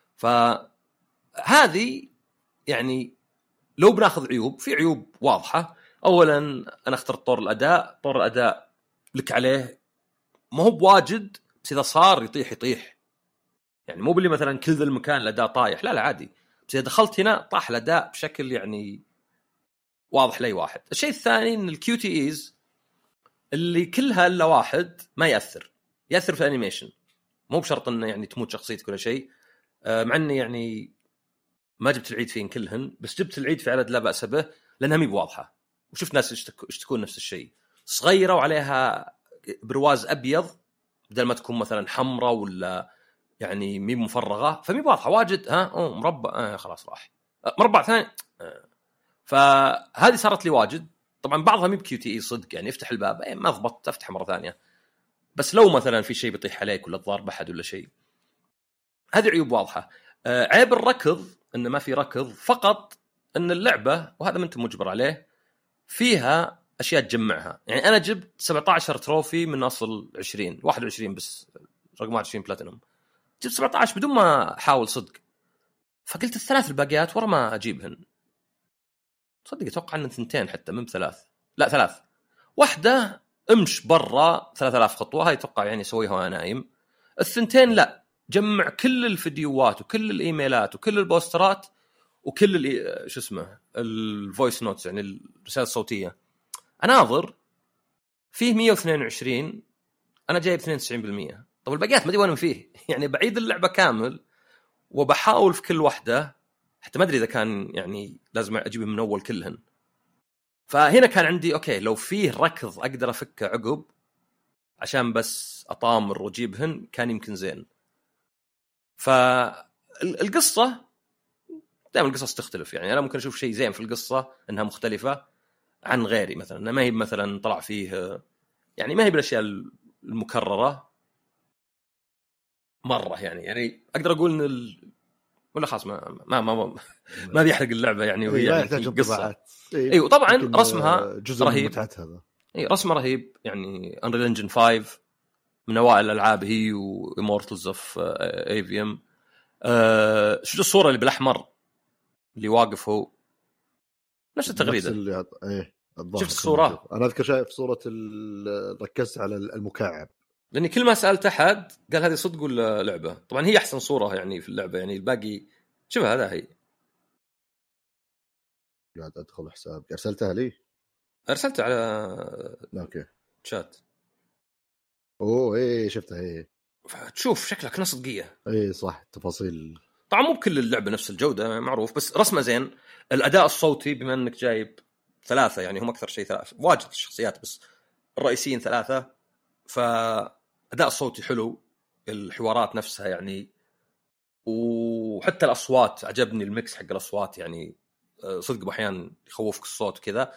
فهذه يعني لو بناخذ عيوب، في عيوب واضحة. أولا أنا اخترت طور الأداء لك عليه ما هو بواجد، بس إذا صار يطيح، يعني مو باللي مثلا كل ذا المكان الأداء طايح، لا عادي، بس إذا دخلت هنا طاح الأداء بشكل يعني واضح لأي واحد. الشيء الثاني إن الكيو تي إيز اللي كلها إلا واحد ما يأثر في الأنيميشن، مو بشرط إنه يعني تموت شخصيتك كل شيء، مع إني يعني ما جبت العيد فين كلهن، بس جبت العيد في عدد لا بأس به لأنها مي بواضحة، وشفت ناس يشتكون نفس الشيء، صغيرة وعليها برواز أبيض بدل ما تكون مثلا حمراء ولا يعني مي مفرغة، فمي واضحة واجد. مربع خلاص راح مربع ثاني فهذه صارت لي واجد. طبعا بعضها مي بكيو تي اي صدق، يعني افتح الباب ما ضبطت افتح مره ثانيه. بس لو مثلا في شيء بيطيح عليك ولا تضارب احد ولا شيء، هذه عيوب واضحه. عيب الركض انه ما في ركض، فقط ان اللعبه، وهذا ما انت مجبر عليه، فيها اشياء تجمعها. يعني انا جبت 17 تروفي من اصل 20 21 بس رقم 21 بلاتينوم، جبت 17 بدون ما احاول صدق. فقلت الثلاث الباقيات ورا ما اجيبهن. صدق اتوقع ان 2 حتى من 3، لا 3. واحده امش برا 3000 خطوه، هاي اتوقع يعني اسويها وانا نايم. 2 لا، جمع كل الفيديوهات وكل الايميلات وكل البوسترات وكل شو اسمه الفويس نوتس، يعني الرسائل الصوتيه. اناظر فيه 122، انا جايب 92%. طب الباقيات ما ادري وين فيه. يعني بعيد اللعبه كامل وبحاول في كل واحده، حتى ما ادري اذا كان يعني لازم اجيبهم من اول كلهن. فهنا كان عندي اوكي، لو فيه ركض اقدر افكه عقب عشان بس اطامر واجيبهن كان يمكن زين. فالقصه دائما القصص تختلف، يعني انا ممكن اشوف شيء زين في القصه انها مختلفه عن غيري، مثلا ما هي مثلا طلع فيه، يعني ما هي بالاشياء المكرره مره. يعني اقدر اقول ان ولا خلاص ما بيحرق اللعبه يعني، وهي لا يحتاج انطباعات. ايوه طبعا رسمها جزء رهيب، هذا اي رسمه رهيب. يعني Unreal Engine 5 من اوائل الالعاب هي، وإمورتلز اوف ايفيوم. شو الصوره اللي بالاحمر اللي واقف هو نفس التغريده اللي شفت الصوره؟ انا اذكر شايف صوره ركزت على المكعب، لاني كل ما سالت احد قال هذه صدق ولا لعبه. طبعا هي احسن صوره يعني في اللعبه، يعني الباقي شوف هذا هي. قاعد ادخل حساب ارسلتها لي، ارسلتها على اوكي شات. اوه ايه شفتها ايه. تشوف شكلها كنا صدقيه. ايه صح، تفاصيل. طبعا مو بكل اللعبه نفس الجوده معروف، بس رسمه زين. الاداء الصوتي بما انك جايب 3، يعني هم اكثر شيء 3 واجد الشخصيات بس الرئيسيين 3، فاداء الصوتي حلو. الحوارات نفسها يعني، وحتى الاصوات عجبني الميكس حق الاصوات، يعني صدق باحيان يخوفك الصوت كذا.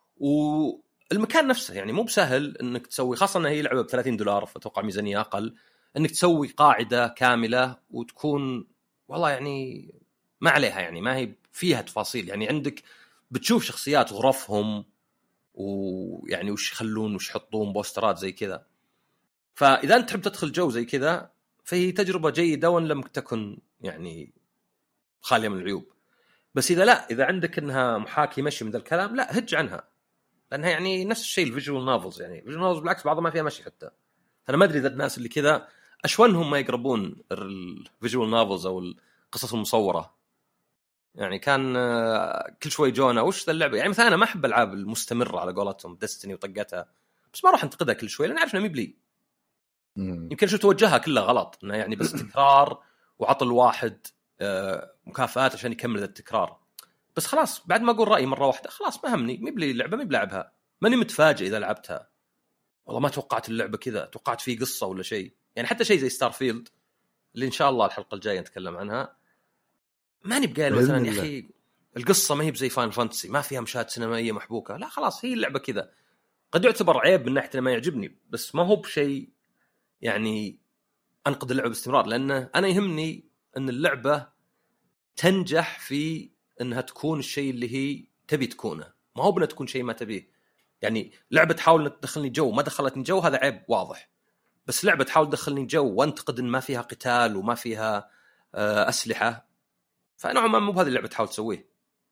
والمكان نفسه يعني مو بسهل انك تسوي، خاصه انها هي لعبه ب $30 فتوقع ميزانيه اقل، انك تسوي قاعده كامله وتكون والله يعني ما عليها، يعني ما هي فيها تفاصيل. يعني عندك بتشوف شخصيات غرفهم، ويعني وش يخلون وش يحطون بوسترات زي كذا. فاذا انت تحب تدخل جو زي كذا فهي تجربه جيده وان لم تكن يعني خاليه من العيوب. بس اذا لا، اذا عندك انها محاكي مشي من ذا الكلام، لا هج عنها، لانها يعني نفس الشيء الفيجوال نوفلز. يعني الفيجوال نوفلز بالعكس بعضها ما فيها مشي حتى. انا ما ادري اذا الناس اللي كذا اشونهم ما يقربون الفيجوال نوفلز او القصص المصوره. يعني كان كل شوي جونا وش ذا اللعبه. يعني مثلا انا ما احب العاب المستمره على قولتهم ديستني وطقتها، بس ما راح انتقدها كل شوي لان عارف انها مبلي. يمكن شو توجهها كلها غلط، انه يعني بس تكرار وعطل واحد مكافآت عشان يكمل ذا التكرار. بس خلاص بعد ما اقول رايي مره واحده خلاص ما همني، مبلي اللعبه مي بلعبها، ماني متفاجئ اذا لعبتها. والله ما توقعت اللعبه كذا، توقعت فيه قصه ولا شيء. يعني حتى شيء زي ستارفيلد اللي ان شاء الله الحلقه الجايه نتكلم عنها، ماني بقايل مثلا يا اخي القصه ما هي بزي فاين فانتسي ما فيها مشاهد سينمائيه محبوكه، لا خلاص هي اللعبه كذا. قد يعتبر عيب من ناحيه ما يعجبني، بس ما هو بشيء يعني انقذ اللعبه باستمرار. لانه انا يهمني ان اللعبه تنجح في انها تكون الشيء اللي هي تبي تكونه، ما هو بنا تكون شيء ما تبيه. يعني لعبه تحاول تدخلني جو ما دخلتني جو، هذا عيب واضح. بس لعبه تحاول تدخلني جو وانتقد ان ما فيها قتال وما فيها اسلحه، فنوعا ما مو بهذه اللعبه تحاول تسويه.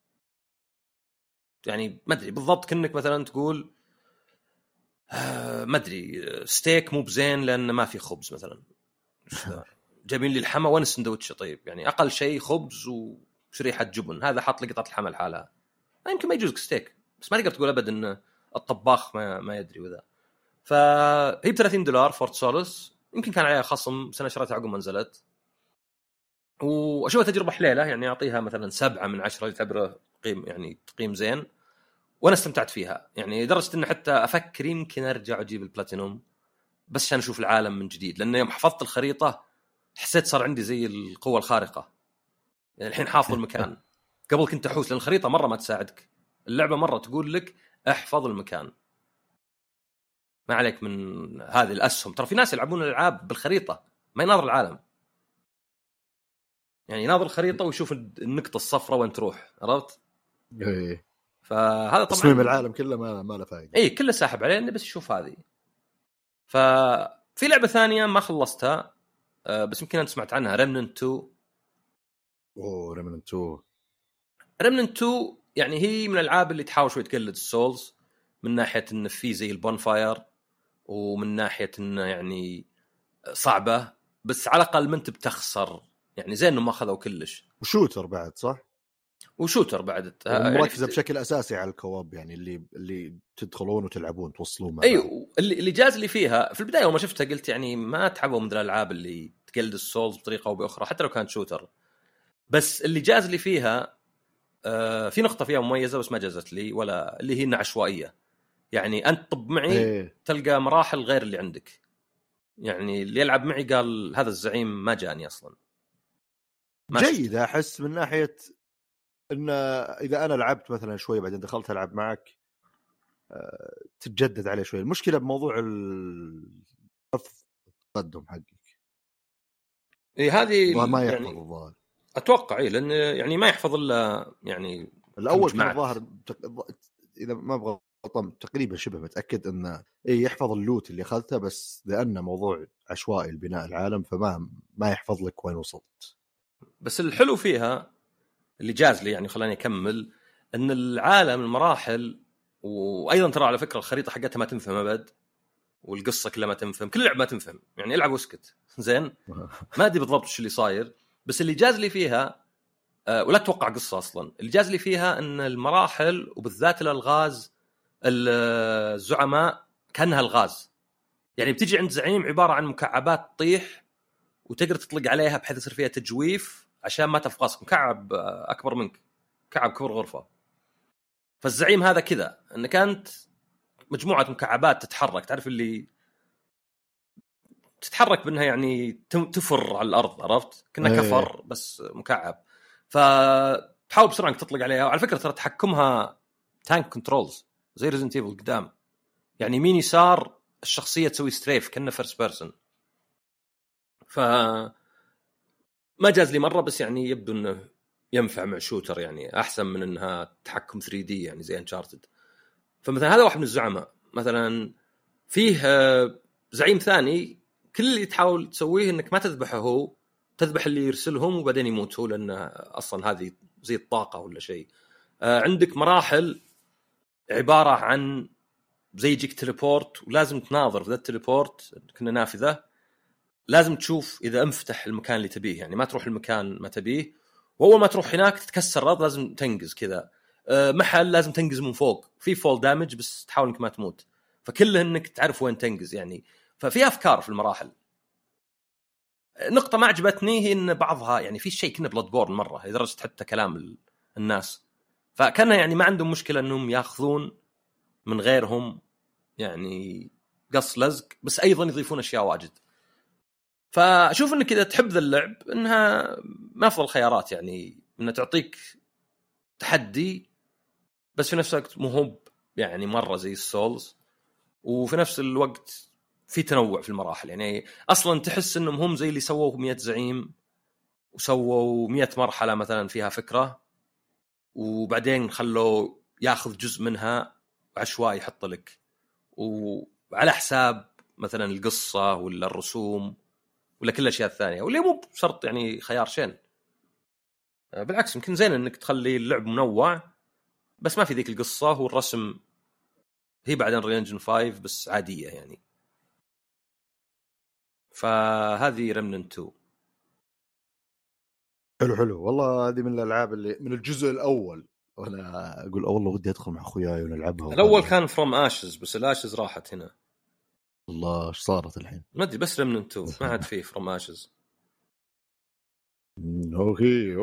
يعني ما ادري بالضبط، كأنك مثلا تقول ما ادري ستيك مو بزين لان ما في خبز مثلا، جايبين لي الحما وين السندوتش؟ طيب يعني اقل شيء خبز وشريحه جبن، هذا حاط لي قطعه الحما لحالها، يمكن ما يجوزك ستيك. بس ما تقدر تقول ابدا ان الطباخ ما يدري وذا. فهي $30 فورت سولس، يمكن كان عليها خصم سنه شريتها عقب ما نزلت، واشوفها تجربه حليله. يعني اعطيها مثلا 7 من 10 تعتبره قيم، يعني تقييم زين، وانا استمتعت فيها. يعني لدرجه ان حتى افكر يمكن ارجع اجيب البلاتينوم بس عشان اشوف العالم من جديد، لان يوم حفظت الخريطه حسيت صار عندي زي القوه الخارقه. يعني الحين حافظ المكان، قبل كنت احوس لان الخريطه مره ما تساعدك. اللعبه مره تقول لك احفظ المكان، ما عليك من هذه الاسهم. ترى في ناس يلعبون الالعاب بالخريطه ما يناظر العالم، يعني يناظر الخريطه ويشوف النقطه الصفراء وين تروح، عرفت؟ ايه. فهذا طبعا تصميم العالم كله ما له فائده. اي كله ساحب عليه، انه بس يشوف هذه. ففي لعبه ثانيه ما خلصتها بس يمكن انت سمعت عنها، ريمننت 2. اوه ريمننت 2. ريمننت 2 يعني هي من الالعاب اللي تحاول شوي تقلد السولز، من ناحيه انه في زي البونفاير، ومن ناحيه انه يعني صعبه بس على الاقل ما انت بتخسر، يعني زين انه ما اخذوا كلش. وشوتر بعد صح؟ وشوتر بعد مركزه يعني بشكل اساسي على الكواب، يعني اللي تدخلون وتلعبون توصلون مع ايوه اللي جاز لي فيها في البدايه وما شفتها قلت يعني ما تعبوا من الالعاب اللي تقلد السولز بطريقه او باخرى حتى لو كانت شوتر. بس اللي جاز لي فيها في نقطه فيها مميزه بس ما جازت لي، ولا اللي هي عشوائيه. يعني انت طب معي تلقى مراحل غير اللي عندك. يعني اللي يلعب معي قال هذا الزعيم ما جاني اصلا. جيد احس من ناحيه ان اذا انا لعبت مثلا شوي بعدين دخلت العب معك تتجدد عليه شوي. المشكله بموضوع التقدم حقك هذه ما يحفظ يعني الظاهر. اتوقع لان يعني ما يحفظ الا يعني الاول كان الظاهر اذا ما ابغى غلطان تقريبا شبه متاكد انه يحفظ اللوت اللي اخذته، بس لانه موضوع عشوائي لبناء العالم فما يحفظ لك وين وصلت. بس الحلو فيها اللي جاز لي يعني خلاني اكمل ان العالم المراحل، وايضا ترى على فكره الخريطه حقتها ما تنفهم ابد، والقصه كلها ما تنفهم، كل لعبه ما تنفهم، يعني العب واسكت زين. ما ادري بالضبط ايش اللي صاير، بس اللي جاز لي فيها ولا اتوقع قصه اصلا. اللي جاز لي فيها ان المراحل وبالذات الالغاز الزعماء كانها الغاز، يعني بتجي عند زعيم عباره عن مكعبات تطيح وتقدر تطلق عليها بحيث يصير فيها تجويف عشان ما تفقسك. مكعب اكبر منك، مكعب كبر غرفه. فالزعيم هذا كذا انك انت مجموعه مكعبات تتحرك، تعرف اللي تتحرك بانها يعني تفر على الارض، عرفت؟ كنا كفر بس مكعب. فتحاول بسرعه انك تطلق عليها. وعلى فكره ترى تحكمها تانك كنترولز زي ريزنت ايفل قدام، يعني يمين يسار الشخصيه تسوي ستريف كأنه فيرست بيرسون. ف ما جاز لي مره، بس يعني يبدو انه ينفع مع شوتر، يعني احسن من انها تحكم 3D يعني زي انشارتد. فمثلا هذا واحد من الزعماء. مثلا فيه زعيم ثاني كل اللي تحاول تسويه انك ما تذبحه هو، تذبح اللي يرسلهم وبعدين يموت هو، لانه اصلا هذه زي الطاقه ولا شيء. عندك مراحل عباره عن زي يجيك تليبورت ولازم تناظر في ذا التليبورت كنا نافذه، لازم تشوف اذا انفتح المكان اللي تبيه، يعني ما تروح المكان ما تبيه، واول ما تروح هناك تتكسر الارض لازم تنقز كذا. محل لازم تنقز من فوق، في فول دامج بس تحاول انك ما تموت، فكله انك تعرف وين تنقز يعني. ففي افكار في المراحل. نقطه ما عجبتني هي ان بعضها يعني في شيء كنا بلاد بورن مره لدرجه حتى كلام الناس، فكان يعني ما عندهم مشكله انهم ياخذون من غيرهم يعني قص لزق، بس ايضا يضيفون اشياء واجد. فاشوف انك اذا تحب ذا اللعب انها من افضل الخيارات، يعني انها تعطيك تحدي بس في نفس الوقت مهب يعني مره زي السولز، وفي نفس الوقت في تنوع في المراحل. يعني اصلا تحس انهم هم زي اللي سووا 100 زعيم وسووا 100 مرحله مثلا فيها فكره، وبعدين خلوا ياخذ جزء منها عشوائي يحط لك، وعلى حساب مثلا القصه ولا الرسوم ولا كل الاشياء الثانيه، واللي مو بشرط يعني خيار شين. بالعكس يمكن زين انك تخلي اللعب منوع بس ما في ذيك القصه، والرسم هي بعدين رينجن 5 بس عاديه يعني. فهذه ريمننت 2. حلو والله. هذه من الالعاب اللي من الجزء الاول وانا اقول والله ودي ادخل مع اخوياي ونلعبها. الاول كان فروم اشز بس الاشز راحت هنا. الله ايش صارت الحين؟ ما ادري بس ريمننت 2 ما عاد فيه فروم اشز. اوكي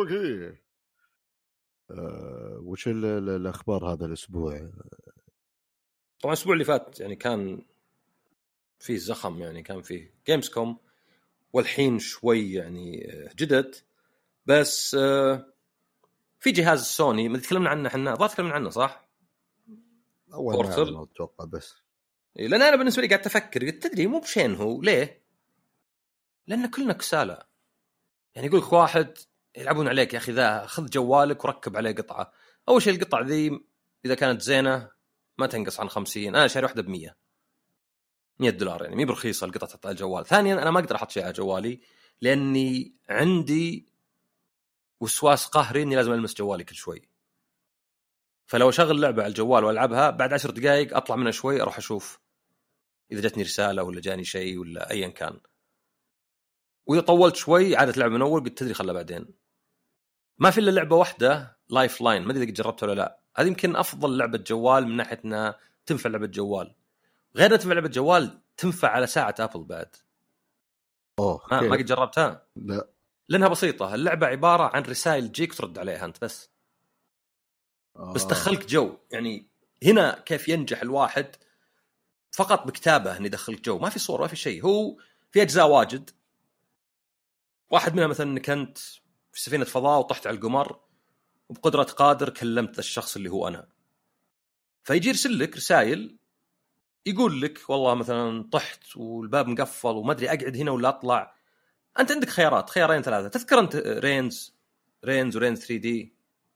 وش الاخبار هذا الاسبوع؟ طبعا الاسبوع اللي فات يعني كان فيه زخم، يعني كان فيه جيمز كوم، والحين شوي يعني جدد. بس في جهاز سوني ما تكلمنا عنه احنا، ضاع تكلمنا عنه صح؟ اول ما اتوقع بس لان انا بالنسبه لي قاعد افكر قلت تدري مو بشين هو ليه؟ لان كلنا كسالى. يعني يقول لك واحد يلعبون عليك يا اخي ذا خذ جوالك وركب عليه قطعه. اول شيء القطعه ذي اذا كانت زينه ما تنقص عن 50. انا شاري واحده ب100 $100 يعني مي برخيصه القطعه تحط على الجوال. ثانيا انا ما اقدر احط شيء على جوالي لاني عندي وسواس قهري اني لازم المس جوالي كل شوي. فلو اشغل لعبه على الجوال والعبها بعد 10 دقائق اطلع منها شوي اروح اشوف اذا جتني رساله ولا جاني شيء ولا ايا كان. واذا طولت شوي عادت لعبه من اول قلت تدري خلها بعدين. ما في الا لعبه واحده لايف لاين ما ادري اذا جربتها ولا لا. هذه يمكن افضل لعبه جوال من ناحيه انها تنفع لعبه جوال. غير تنفع لعبه جوال تنفع على ساعه ابل بعد. ما قد جربتها؟ لا لانها بسيطه. اللعبه عباره عن رسائل تجيك ترد عليها انت بس. بس دخلك جو. يعني هنا كيف ينجح الواحد فقط بكتابه انه يدخلك جو. ما في صور ما في شيء. هو في اجزاء واجد. واحد منها مثلا انك انت في سفينه فضاء وطحت على القمر وبقدره قادر كلمت الشخص اللي هو انا. فيجي يرسل لك رسائل يقول لك والله مثلا طحت والباب مقفل وما ادري اقعد هنا ولا اطلع. انت عندك خيارين ثلاثه. تذكر انت رينز ورينز 3 دي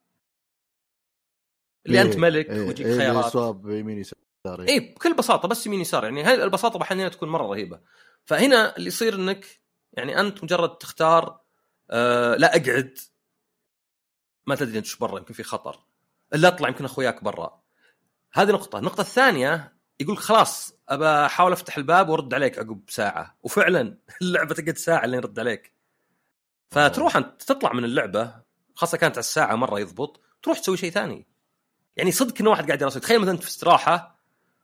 اللي انت ملك ويجيك خيارات سواب يمين يسار. بكل بساطه بس يمين يسار. يعني هاي البساطه احيانا تكون مره رهيبه. فهنا اللي يصير انك يعني انت مجرد تختار لا اقعد ما تدري انت شو برا يمكن في خطر الا اطلع يمكن اخوياك برا. هذه نقطه. النقطه الثانيه يقول خلاص ابى احاول افتح الباب وارد عليك عقب ساعه. وفعلا اللعبه تقعد ساعه لين يرد عليك. فتروح انت تطلع من اللعبه خاصه كانت على الساعه مره يضبط تروح تسوي شيء ثاني. يعني صدق انه واحد قاعد يراسل. تخيل مثلا انت في استراحه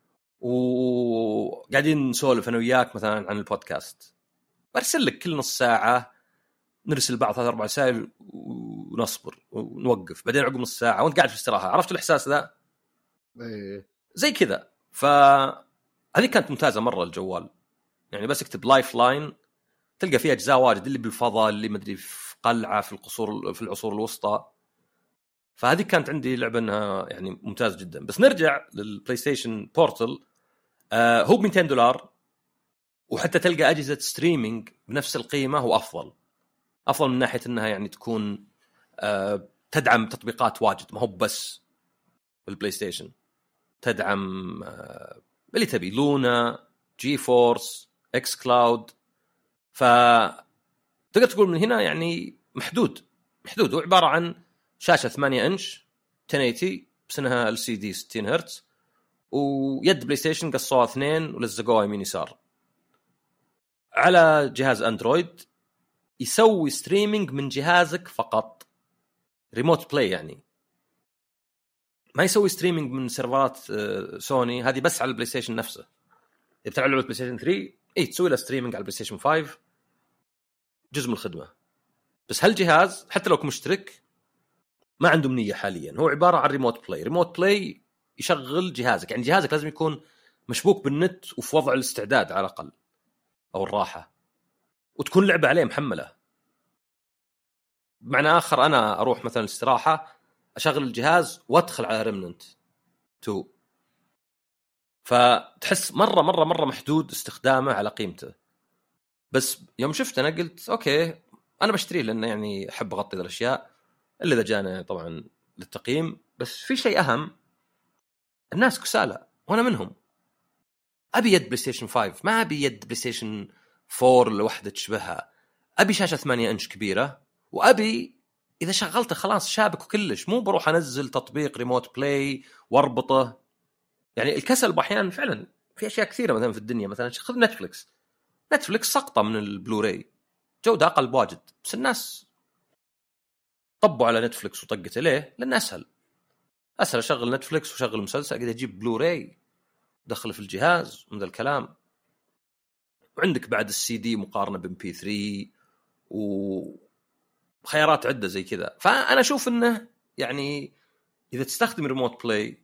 وقاعدين نسولف انا وياك مثلا عن البودكاست برسل لك كل نص ساعه نرسل بعض 3-4 رسائل ونصبر ونوقف بعدين عقب نص ساعه وانت قاعد في استراحه. عرفت الاحساس ذا؟ زي كذا. فهذه كانت ممتازه مره الجوال. يعني بس اكتب لايف لاين تلقى فيها اجزاء واجد اللي بالفضاء اللي مدري في قلعه في القصور في العصور الوسطى. فهذه كانت عندي لعبه انها يعني ممتاز جدا. بس نرجع للبلاي ستيشن بورتل. هو $200 وحتى تلقى اجهزه ستريمينج بنفس القيمه. هو افضل من ناحيه انها يعني تكون تدعم تطبيقات واجد. ما هو بس البلاي ستيشن تدعم اللي تبي لونا جي فورس اكس كلاود. فتقدر تقول من هنا يعني محدود. هو عباره عن شاشه 8 انش 1080 بس انها LCD 60 هرتز ويد بلاي ستيشن قصوها 2 ولزقوها يمين يسار على جهاز اندرويد. يسوي ستريمينج من جهازك فقط ريموت بلاي. يعني ما يسوي ستريمينج من سيرفرات سوني. هذه بس على البلاي ستيشن نفسه. إذا بتلعب لعبة بلاي ستيشن 3 تسوي له ستريمينج على البلاي ستيشن 5 جزء من الخدمة. بس هالجهاز حتى لو كمشترك ما عنده منية حاليا. هو عبارة عن ريموت بلاي يشغل جهازك. يعني جهازك لازم يكون مشبوك بالنت وفي وضع الاستعداد على الأقل أو الراحة وتكون لعبة عليه محملة. بمعنى آخر أنا أروح مثلا الاستراحة أشغل الجهاز وأدخل على ريمننت 2 فتحس مرة محدود استخدامه على قيمته. بس يوم شفت أنا قلت أوكي أنا بشتريه لأنه يعني أحب أغطي ذا الأشياء اللي إذا جانا طبعا للتقييم. بس في شيء أهم. الناس كسالى وأنا منهم. أبي يد بلاي ستيشن 5 ما أبي يد بلاي ستيشن 4 لوحدة تشبهها. أبي شاشة 8 إنش كبيرة وأبي إذا شغلته خلاص شابك وكلش. مو بروح أنزل تطبيق ريموت بلاي واربطه. يعني الكسل بأحيان فعلا في أشياء كثيرة مثلا في الدنيا. مثلا خذ نتفليكس سقطة من البلوراي جودة أقل بواجد. بس الناس طبوا على نتفليكس وطقت ليه؟ لأن أسهل أشغل نتفليكس وشغل مسلسل أقدر أجيب بلوراي دخل في الجهاز من ذا الكلام. وعندك بعد السي دي مقارنة بMP 3 وخيارات عدة زي كذا. فأنا أشوف إنه يعني إذا تستخدم ريموت بلاي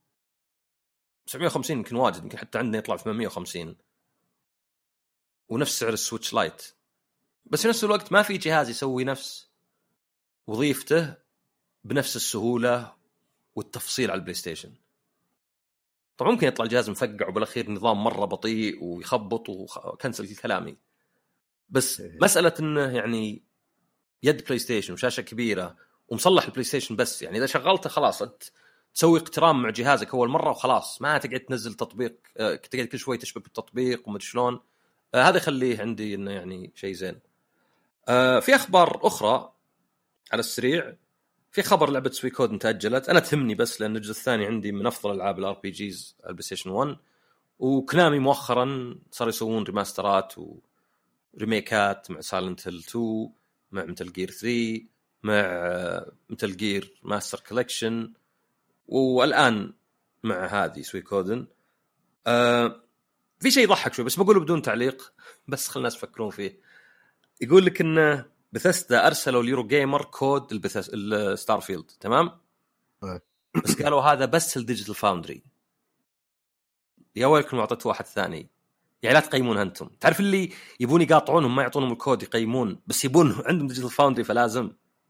750 يمكن واجد. يمكن حتى عندنا يطلع 850 ونفس سعر السويتش لايت. بس في نفس الوقت ما في جهاز يسوي نفس وظيفته بنفس السهوله والتفصيل على البلاي ستيشن. طبعا ممكن يطلع الجهاز مفقع وبالاخير نظام مره بطيء ويخبط وكنسل كلامي، بس مساله انه يعني يد بلاي ستيشن وشاشه كبيره ومصلح البلاي ستيشن بس، يعني اذا شغلته خلاص انت تسوي اقتران مع جهازك اول مره وخلاص، ما تقعد تنزل تطبيق تقعد كل شوي تشبك بالتطبيق وما ادري شلون. هذا يخليه عندي انه يعني شيء زين. في اخبار اخرى على السريع. في خبر لعبه سويكود تاجلت، انا تهمني بس لان الجزء الثاني عندي من افضل العاب الار بي جيز على البلاي ستيشن 1، وكنامي مؤخرا صار يسوون ريماسترات وريميكات مع سايلنت هيل 2، مع متل جير 3، مع متل جير ماستر كولكشن، والآن مع هذه سويكودن. في شيء يضحك شوي بس بقوله بدون تعليق، بس خلنا الناس يفكرون فيه. يقول لك إن بثيسدا أرسلوا اليورو جيمر كود الستارفيلد، تمام؟ بس قالوا هذا بس الديجيتال فاوندري. يا ويلكم أعطيته واحد ثاني، يعني لا تقيمون أنتم. تعرف اللي يبون يقاطعونهم ما يعطونهم الكود يقيمون، بس يبون عندهم ديجيتال فاوندري فلازم.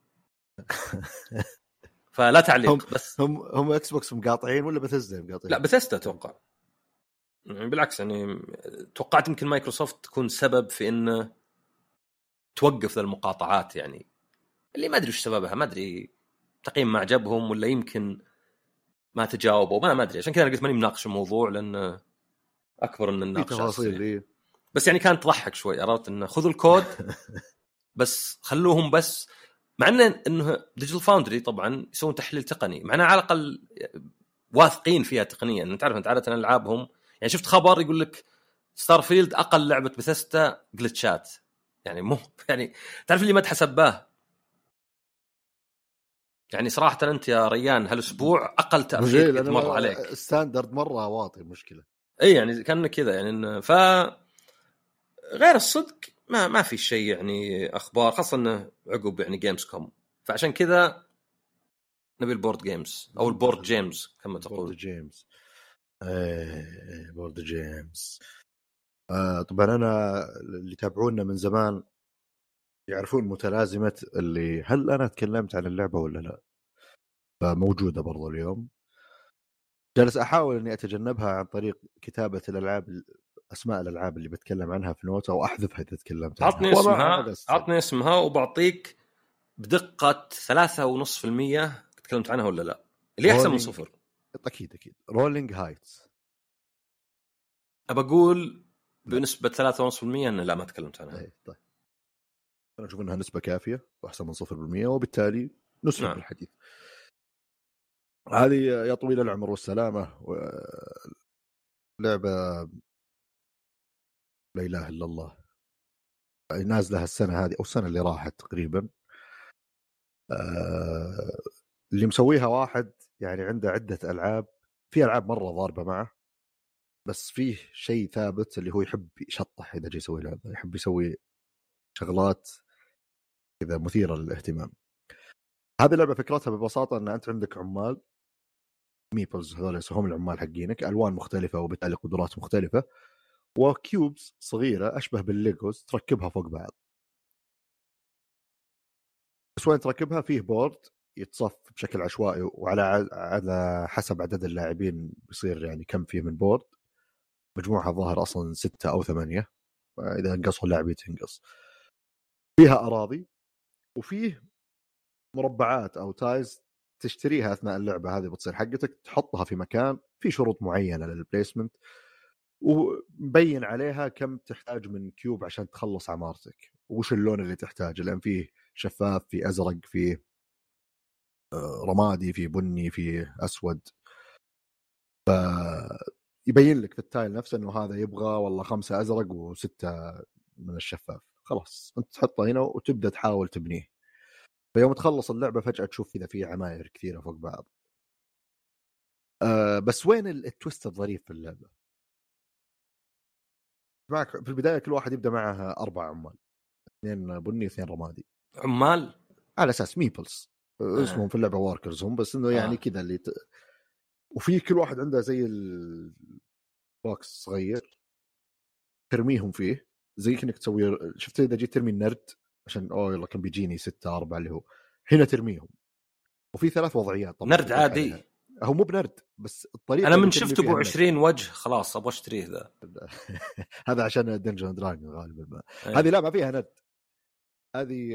فلا تعليق. بس هم اكس بوكس مقاطعين ولا بثيسدا مقاطعين؟ لا بثيسدا اتوقع، يعني بالعكس، يعني توقعت يمكن مايكروسوفت تكون سبب في انه توقف المقاطعات، يعني اللي ما ادري ايش سببها، ما ادري تقييم ما عجبهم ولا يمكن ما تجاوبوا، ما ادري. عشان كذا انا قلت ماني مناقش الموضوع لان اكبر من النقاش، بس يعني كانت تضحك شوي. عرفت انه خذوا الكود بس خلوهم بس، مع انه ديجيتال فاوندري طبعا يسوون تحليل تقني، معنا على الاقل واثقين فيها تقنيا. انت عارف، انت عاده العابهم يعني شفت خبر يقول لك ستارفيلد اقل لعبه بثيسدا جلتشات، يعني مو يعني تعرف اللي ما تحسب به. يعني صراحه انت يا ريان هالاسبوع اقل تاثير مر عليك، ستاندرد مره واطي مشكله. اي يعني كان كذا يعني. ف غير الصدق ما في شيء يعني اخبار، خاصه انه عقب يعني جيمز كوم، فعشان كذا نبي البورد جيمز او البورد جيمز كما تقول. بورد جيمز بورد جيمز. طبعا انا اللي تابعونا من زمان يعرفون متلازمه اللي هل انا تكلمت عن اللعبه ولا لا، فموجوده برضو اليوم. جالس احاول اني اتجنبها عن طريق كتابه الالعاب، اسماء الالعاب اللي بتكلم عنها في نوتة واحذفها اذا تكلمت عنها. عطني اسمها وبعطيك بدقه 3.5% تكلمت عنها ولا لا، اللي احسن من صفر. اكيد رولينج هايتس. أقول بنسبة 3.5% أن لا ما تكلمت عنها. طيب أنا أشوف أنها نسبة كافية وأحسن من 0%، وبالتالي نسلك الحديث. هذه يا طويل العمر والسلامة لعبة لا إله إلا الله، نازلة السنة هذه أو السنة اللي راحت تقريبا. اللي مسويها واحد يعني عنده عدة ألعاب، في ألعاب مرة ضاربة معه، بس فيه شيء ثابت اللي هو يحب يشطح إذا جاي يسوي لعبة، يحب يسوي شغلات كذا مثيرة للاهتمام. هذه اللعبة فكرتها ببساطة أن أنت عندك عمال ميبلز، هذول هم العمال حقينك، ألوان مختلفة وبالتالي قدرات مختلفة، وكيوبز صغيرة أشبه بالليجوز تركبها فوق بعض. بس وين تركبها فيه بورد يتصف بشكل عشوائي، وعلى حسب عدد اللاعبين بيصير يعني كم فيه من بورد. مجموعها ظاهر أصلا 6 أو 8، إذا انقصوا اللاعبين تنقص. فيها أراضي وفيه مربعات أو تايز تشتريها أثناء اللعبة، هذه بتصير حقتك، تحطها في مكان في شروط معينة للبليسمنت، ومبين عليها كم تحتاج من كيوب عشان تخلص عمارتك، وش اللون اللي تحتاج، لأن فيه شفاف، فيه أزرق، فيه رمادي، فيه بني، فيه أسود. فيبين لك في التايل نفسه أنه هذا يبغى والله 5 أزرق و6 من الشفاف. خلاص أنت تحطه هنا وتبدأ تحاول تبنيه. فيوم تخلص اللعبة فجأة تشوف إذا فيه عماير كثيرة فوق بعض. بس وين التويست الظريف في اللعبة؟ معك في البداية كل واحد يبدأ معه 4 عمال، 2 بني 2 رمادي. عمال على أساس ميبلز اسمهم في اللعبة واركرز هم، بس إنه يعني كذا اللي وفي كل واحد عنده زي البوكس صغير ترميهم فيه، زي كأنك تسوي، شفت إذا جيت ترمي النرد عشان يلا كان بيجيني 6 4 اللي هو هنا ترميهم. وفي 3 وضعيات طبعا. نرد عادي هو مو بنرد بس الطريقه انا من شفته ب 20 وجه خلاص ابغى اشتريه ذا. هذا عشان دنجن دراجون غالبا. هذه لا ما فيها نرد. هذه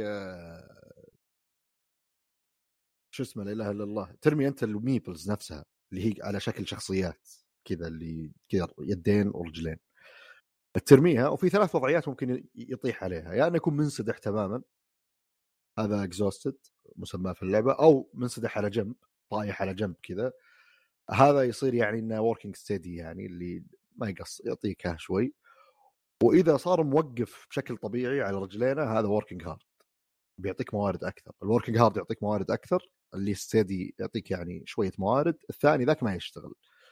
شو اسمه لا اله الا الله، ترمي انت الميبلز نفسها اللي هي على شكل شخصيات كذا اللي كذا يدين ورجلين، ترميها وفي 3 وضعيات ممكن يطيح عليها، يعني يكون منسدح تماما، هذا اكزوستد مسمى في اللعبه، او منسدح على جنب طايح على جنب كذا، هذا يصير يعني انه ووركينج ستيدي، يعني اللي ما يقص يعطيك شوي. واذا صار موقف بشكل طبيعي على رجلينه هذا ووركينج هارد، بيعطيك موارد اكثر. الوركينج هارد يعطيك موارد اكثر، اللي ستيدي يعطيك يعني شويه موارد، الثاني ذاك ما يشتغل.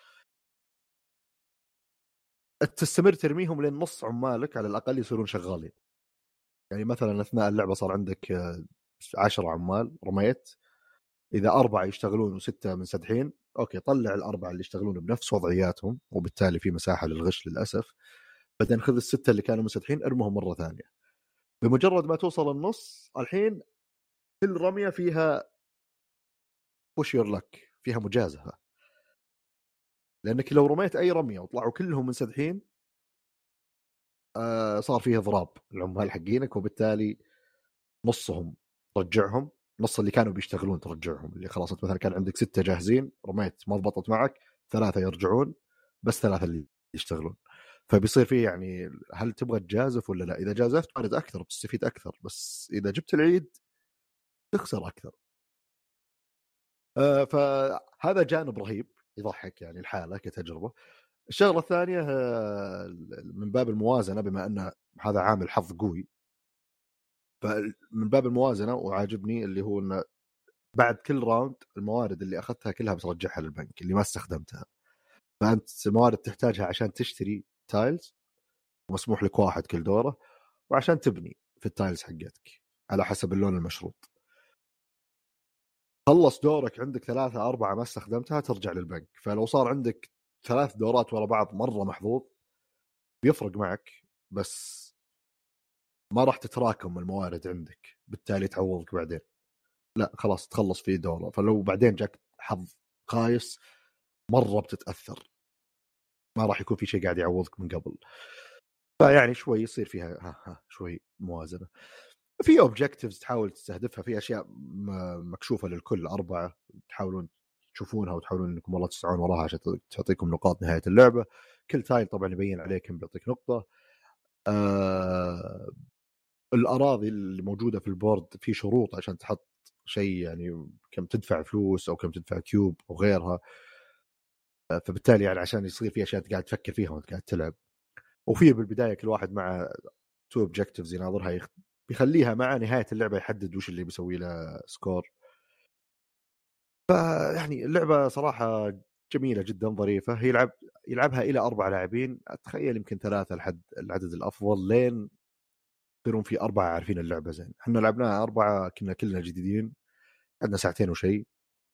تستمر ترميهم لين نص عمالك على الاقل يصيرون شغالين. يعني مثلا اثناء اللعبه صار عندك 10 عمال رميت، اذا 4 يشتغلون و6 منسدحين، اوكي طلع ال4 اللي يشتغلون بنفس وضعياتهم، وبالتالي في مساحه للغش للاسف. بعدين خذ ال6 اللي كانوا منسدحين ارمهم مره ثانيه. بمجرد ما توصل النص الحين كل رميه فيها push your luck، فيها مجازفه، لانك لو رميت اي رميه وطلعوا كلهم منسدحين صار فيه اضراب العمال حقينك، وبالتالي نصهم ترجعهم، نص اللي كانوا بيشتغلون ترجعهم، اللي خلاص مثلا كان عندك 6 جاهزين رميت ما ضبطت معك 3 يرجعون، بس 3 اللي يشتغلون. فبيصير فيه يعني هل تبغى تجازف ولا لا؟ اذا جازفت وارد اكثر بتستفيد اكثر، بس اذا جبت العيد تخسر اكثر. فهذا جانب رهيب يضحك يعني الحالة كتجربة. الشغلة الثانية من باب الموازنة، بما أن هذا عامل حظ قوي، فمن باب الموازنة وعاجبني اللي هو أن بعد كل راوند الموارد اللي أخذتها كلها بترجعها للبنك اللي ما استخدمتها. فأنت الموارد تحتاجها عشان تشتري تايلز، ومسموح لك 1 كل دورة، وعشان تبني في التايلز حقتك على حسب اللون المشروط. خلص دورك عندك 3 4 ما استخدمتها ترجع للبنك. فلو صار عندك 3 دورات ورا بعض مرة محظوظ بيفرق معك، بس ما راح تتراكم الموارد عندك، بالتالي تعوضك بعدين. لا خلاص تخلص في دورة، فلو بعدين جاك حظ قايس مرة بتتأثر، ما راح يكون في شيء قاعد يعوضك من قبل. فيعني شوي يصير فيها شوي موازنة. في اوبجكتيفز تحاول تستهدفها، في اشياء مكشوفه للكل 4 تحاولون تشوفونها وتحاولون انكم والله تسعون وراها عشان تعطيكم نقاط نهايه اللعبه. كل تايل طبعا يبين عليك كم بيعطيك نقطه. الاراضي اللي موجوده في البورد في شروط عشان تحط شيء، يعني كم تدفع فلوس او كم تدفع كيوب او غيرها. فبالتالي يعني عشان يصير في اشياء قاعد تفكر فيها وانت قاعد تلعب. وفي بالبدايه كل واحد مع 2 اوبجكتيفز يناظرها، بيخليها مع نهاية اللعبة يحدد وش اللي بيسوي له سكور. فيعني اللعبة صراحة جميلة جدا ظريفة. هي يلعبها إلى 4 لاعبين، أتخيل يمكن 3 لحد العدد الأفضل، لين يصيرون في 4 عارفين اللعبة زين. احنا لعبناها 4 كنا كلنا جديدين، عندنا 2 ساعة وشيء.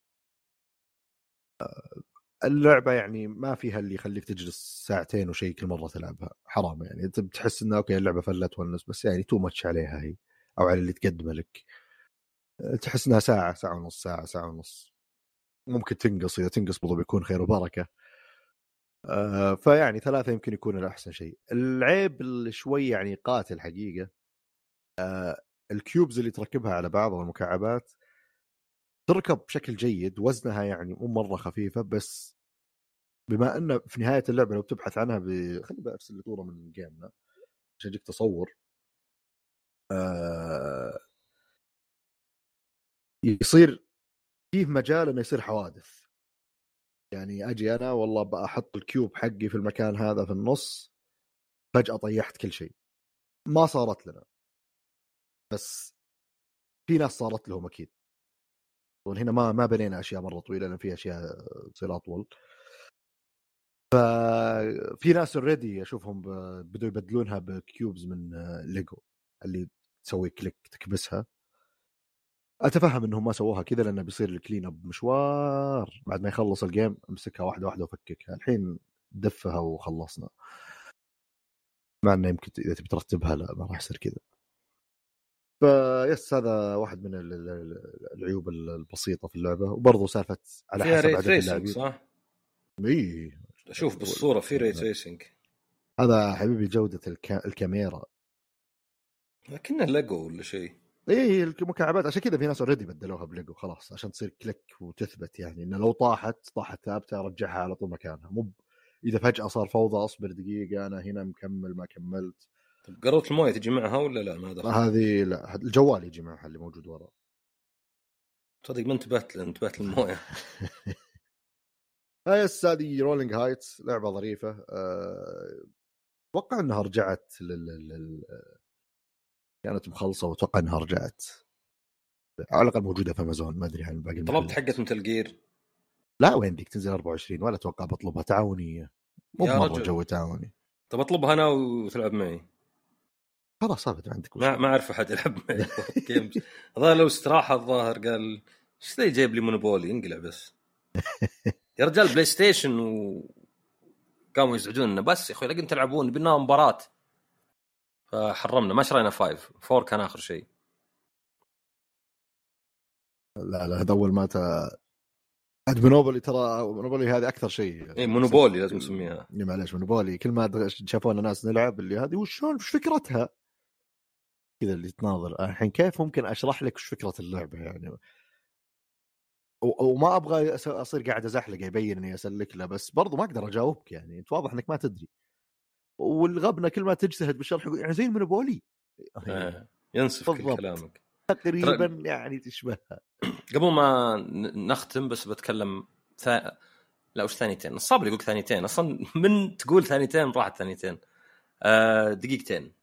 اللعبة يعني ما فيها اللي يخليك تجلس 2 ساعة وشيء كل مرة تلعبها، حرام يعني. انت بتحس انه اوكي اللعبة فلت ونس، بس يعني تو ماتش عليها هي او على اللي تقدمه لك. تحس انها ساعة ونص، ساعة ونص، ممكن تنقص. اذا تنقص برضو بيكون خير وبركة. فيعني 3 يمكن يكون الأحسن شيء. العيب اللي شوي يعني قاتل حقيقة، الكيوبز اللي تركبها على بعض المكعبات تركب بشكل جيد، وزنها يعني مو مرة خفيفة، بس بما أن في نهاية اللعبة لو بتبحث عنها خلي بقى أرسل لي صورة من جيمنا عشان يجيك تصور. يصير فيه مجال أنه يصير حوادث. يعني أجي أنا والله بأحط الكيوب حقي في المكان هذا في النص، فجأة طيحت كل شيء. ما صارت لنا، بس في ناس صارت لهم أكيد. هنا ما بنينا أشياء مرة طويلة، لأن في أشياء تصير أطول. ففي ناس already أشوفهم بدوا يبدلونها بكيوبز من ليجو اللي تسوي كليك تكبسها. أتفهم إنهم ما سووها كذا لأنه بيصير الكلين أب مشوار، بعد ما يخلص الجيم امسكها واحدة واحدة وفككها. الحين دفها وخلصنا، مع إنه يمكن إذا تبي ترتبها لا ما راح يصير كذا. فيس هذا واحد من العيوب البسيطه في اللعبه. وبرضه سالفه على حسب عدد اللاعبين صح. اي اشوف بالصوره في ري تريسنج. هذا حبيبي جوده الكاميرا لكنه لقوا ولا شيء. ايه المكعبات عشان كذا في ناس اوريدي بدلوها بليجو خلاص عشان تصير كليك وتثبت، يعني انه لو طاحت ثابته رجعها على طول مكانها، مو اذا فجاه صار فوضى اصبر دقيقه انا هنا مكمل ما كملت. طب قروة المويه تجي معها ولا لا؟ ما دخل هذه لا، الجوال يجي معها اللي موجود ورا. صدق ما انتبهت للمويه. هاي هذه رولينج هايتس لعبه ظريفه. اتوقع انها رجعت كانت مخلصه واتوقع انها رجعت على الاقل موجوده في امازون، ما ادري عن باقي. طلبت حقت مثل جير؟ لا وين ديك تنزل 24 ولا اتوقع بطلبها تعاونيه، مو مره جو تعاوني. طب اطلبها انا وتلعب معي. خلاص صارت عندك. ما اعرف احد يلعب معي جيمز. الظاهر لو استراحه الظاهر قال ايش ذي جايب لي مونوبولي انقلع بس. يا رجال بلاي ستيشن وقاموا يزعجوننا بس يا اخوي لقينا تلعبون بينا مباراه فحرمنا ما شرينا 4 كان اخر شيء. لا هذا اول ما مونوبولي، ترى مونوبولي هذه اكثر شيء. اي مونوبولي لازم نسميها. معليش مونوبولي كل ما شافونا ناس نلعب اللي هذه وش فكرتها كذا اللي تناظر الحين كيف ممكن اشرح لك وش فكره اللعبه يعني. وما ابغى اصير قاعد ازحلق يبين اني اسلك له بس برضو ما اقدر اجاوبك يعني انت واضح انك ما تدري. والغبنه كل ما تجتهد بالشرح يعني زي المونوبولي ينسف كل كلامك تقريبا يعني تشبهها. قبل ما نختم بس بتكلم لا وش ثانيتين الصابر يقول ثانيتين اصلا من تقول ثانيتين راحت ثانيتين دقيقتين.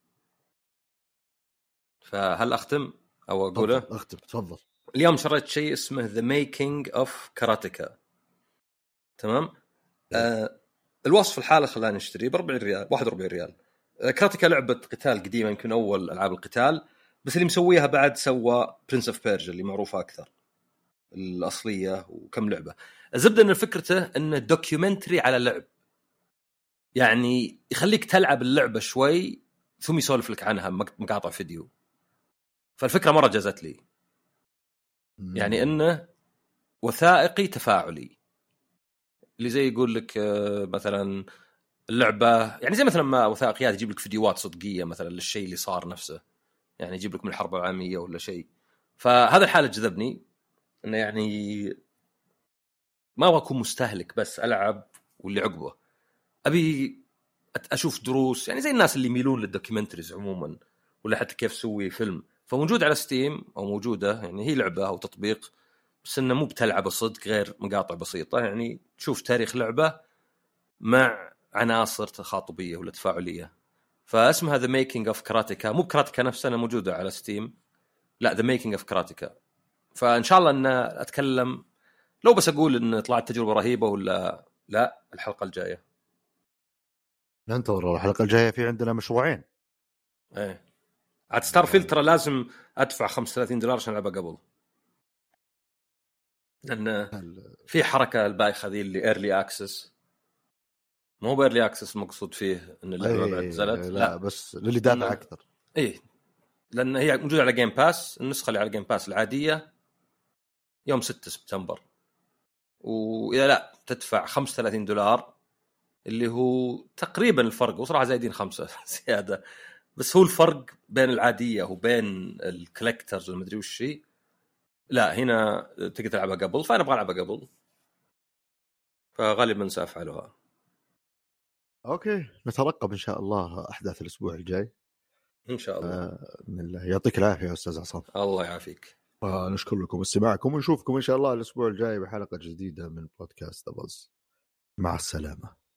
فهل اختم او اقوله؟ اختم تفضل. اليوم شريت شيء اسمه The Making of Karateka. تمام. الوصف الحالة خلاني اشتري ب40 ريال 41 ريال. كراتيكا لعبة قتال قديمة يمكن أول ألعاب القتال بس اللي مسويها بعد سوى Prince of Persia اللي معروفة أكثر الأصلية وكم لعبة. الزبدة أن فكرته أنه دوكيومنتري على لعب يعني يخليك تلعب اللعبة شوي ثم يسولف لك عنها مقاطع فيديو. فالفكرة مرة جازت لي يعني أنه وثائقي تفاعلي اللي زي يقول لك مثلا اللعبة يعني زي مثلا ما وثائقيات يجيب لك فيديوهات صدقية مثلا للشيء اللي صار نفسه يعني يجيب لك من الحرب العالمية ولا شيء. فهذا الحالة جذبني انه يعني ما ابغى اكون مستهلك بس العب واللي عقبه ابي اشوف دروس يعني زي الناس اللي يميلون للدوكيومنتريز عموما ولا حتى كيف سوي فيلم. فموجود على ستيم او موجودة يعني هي لعبة او تطبيق بس انه مو بتلعب صدق غير مقاطع بسيطة يعني تشوف تاريخ لعبة مع عناصر تخاطبية ولا تفاعلية. فاسمها The Making of Karateka مو بكراتيكا نفسها موجودة على ستيم لا The Making of Karateka. فإن شاء الله أن أتكلم لو بس أقول أن طلعت تجربة رهيبة ولا لا الحلقة الجاية. ننتظر الحلقة الجاية في عندنا مشروعين. إيه عاد ستارفيلد ترى لازم أدفع $35 عشان ألعبها قبل لأن في حركة البايخة ذي اللي Early Access مو بيرلي اكسس المقصود فيه ان اللعبه بعد نزلت لا بس للي دافع اكثر ايه لان هي موجوده على جيم باس. النسخه اللي على جيم باس العاديه يوم 6 سبتمبر واذا لا تدفع $35 اللي هو تقريبا الفرق وصراحه زايدين 5 زياده بس هو الفرق بين العاديه وبين الكولكترز ولا ما ادري وش شيء. لا هنا تقدر تلعبها قبل فانا ابغى العبها قبل فغالبا سافعلها. اوكي نترقب ان شاء الله احداث الاسبوع الجاي ان شاء الله. باذن الله. يعطيك العافيه يا استاذ عصام. الله يعافيك. نشكر لكم استماعكم ونشوفكم ان شاء الله الاسبوع الجاي بحلقه جديده من بودكاست بز. مع السلامه.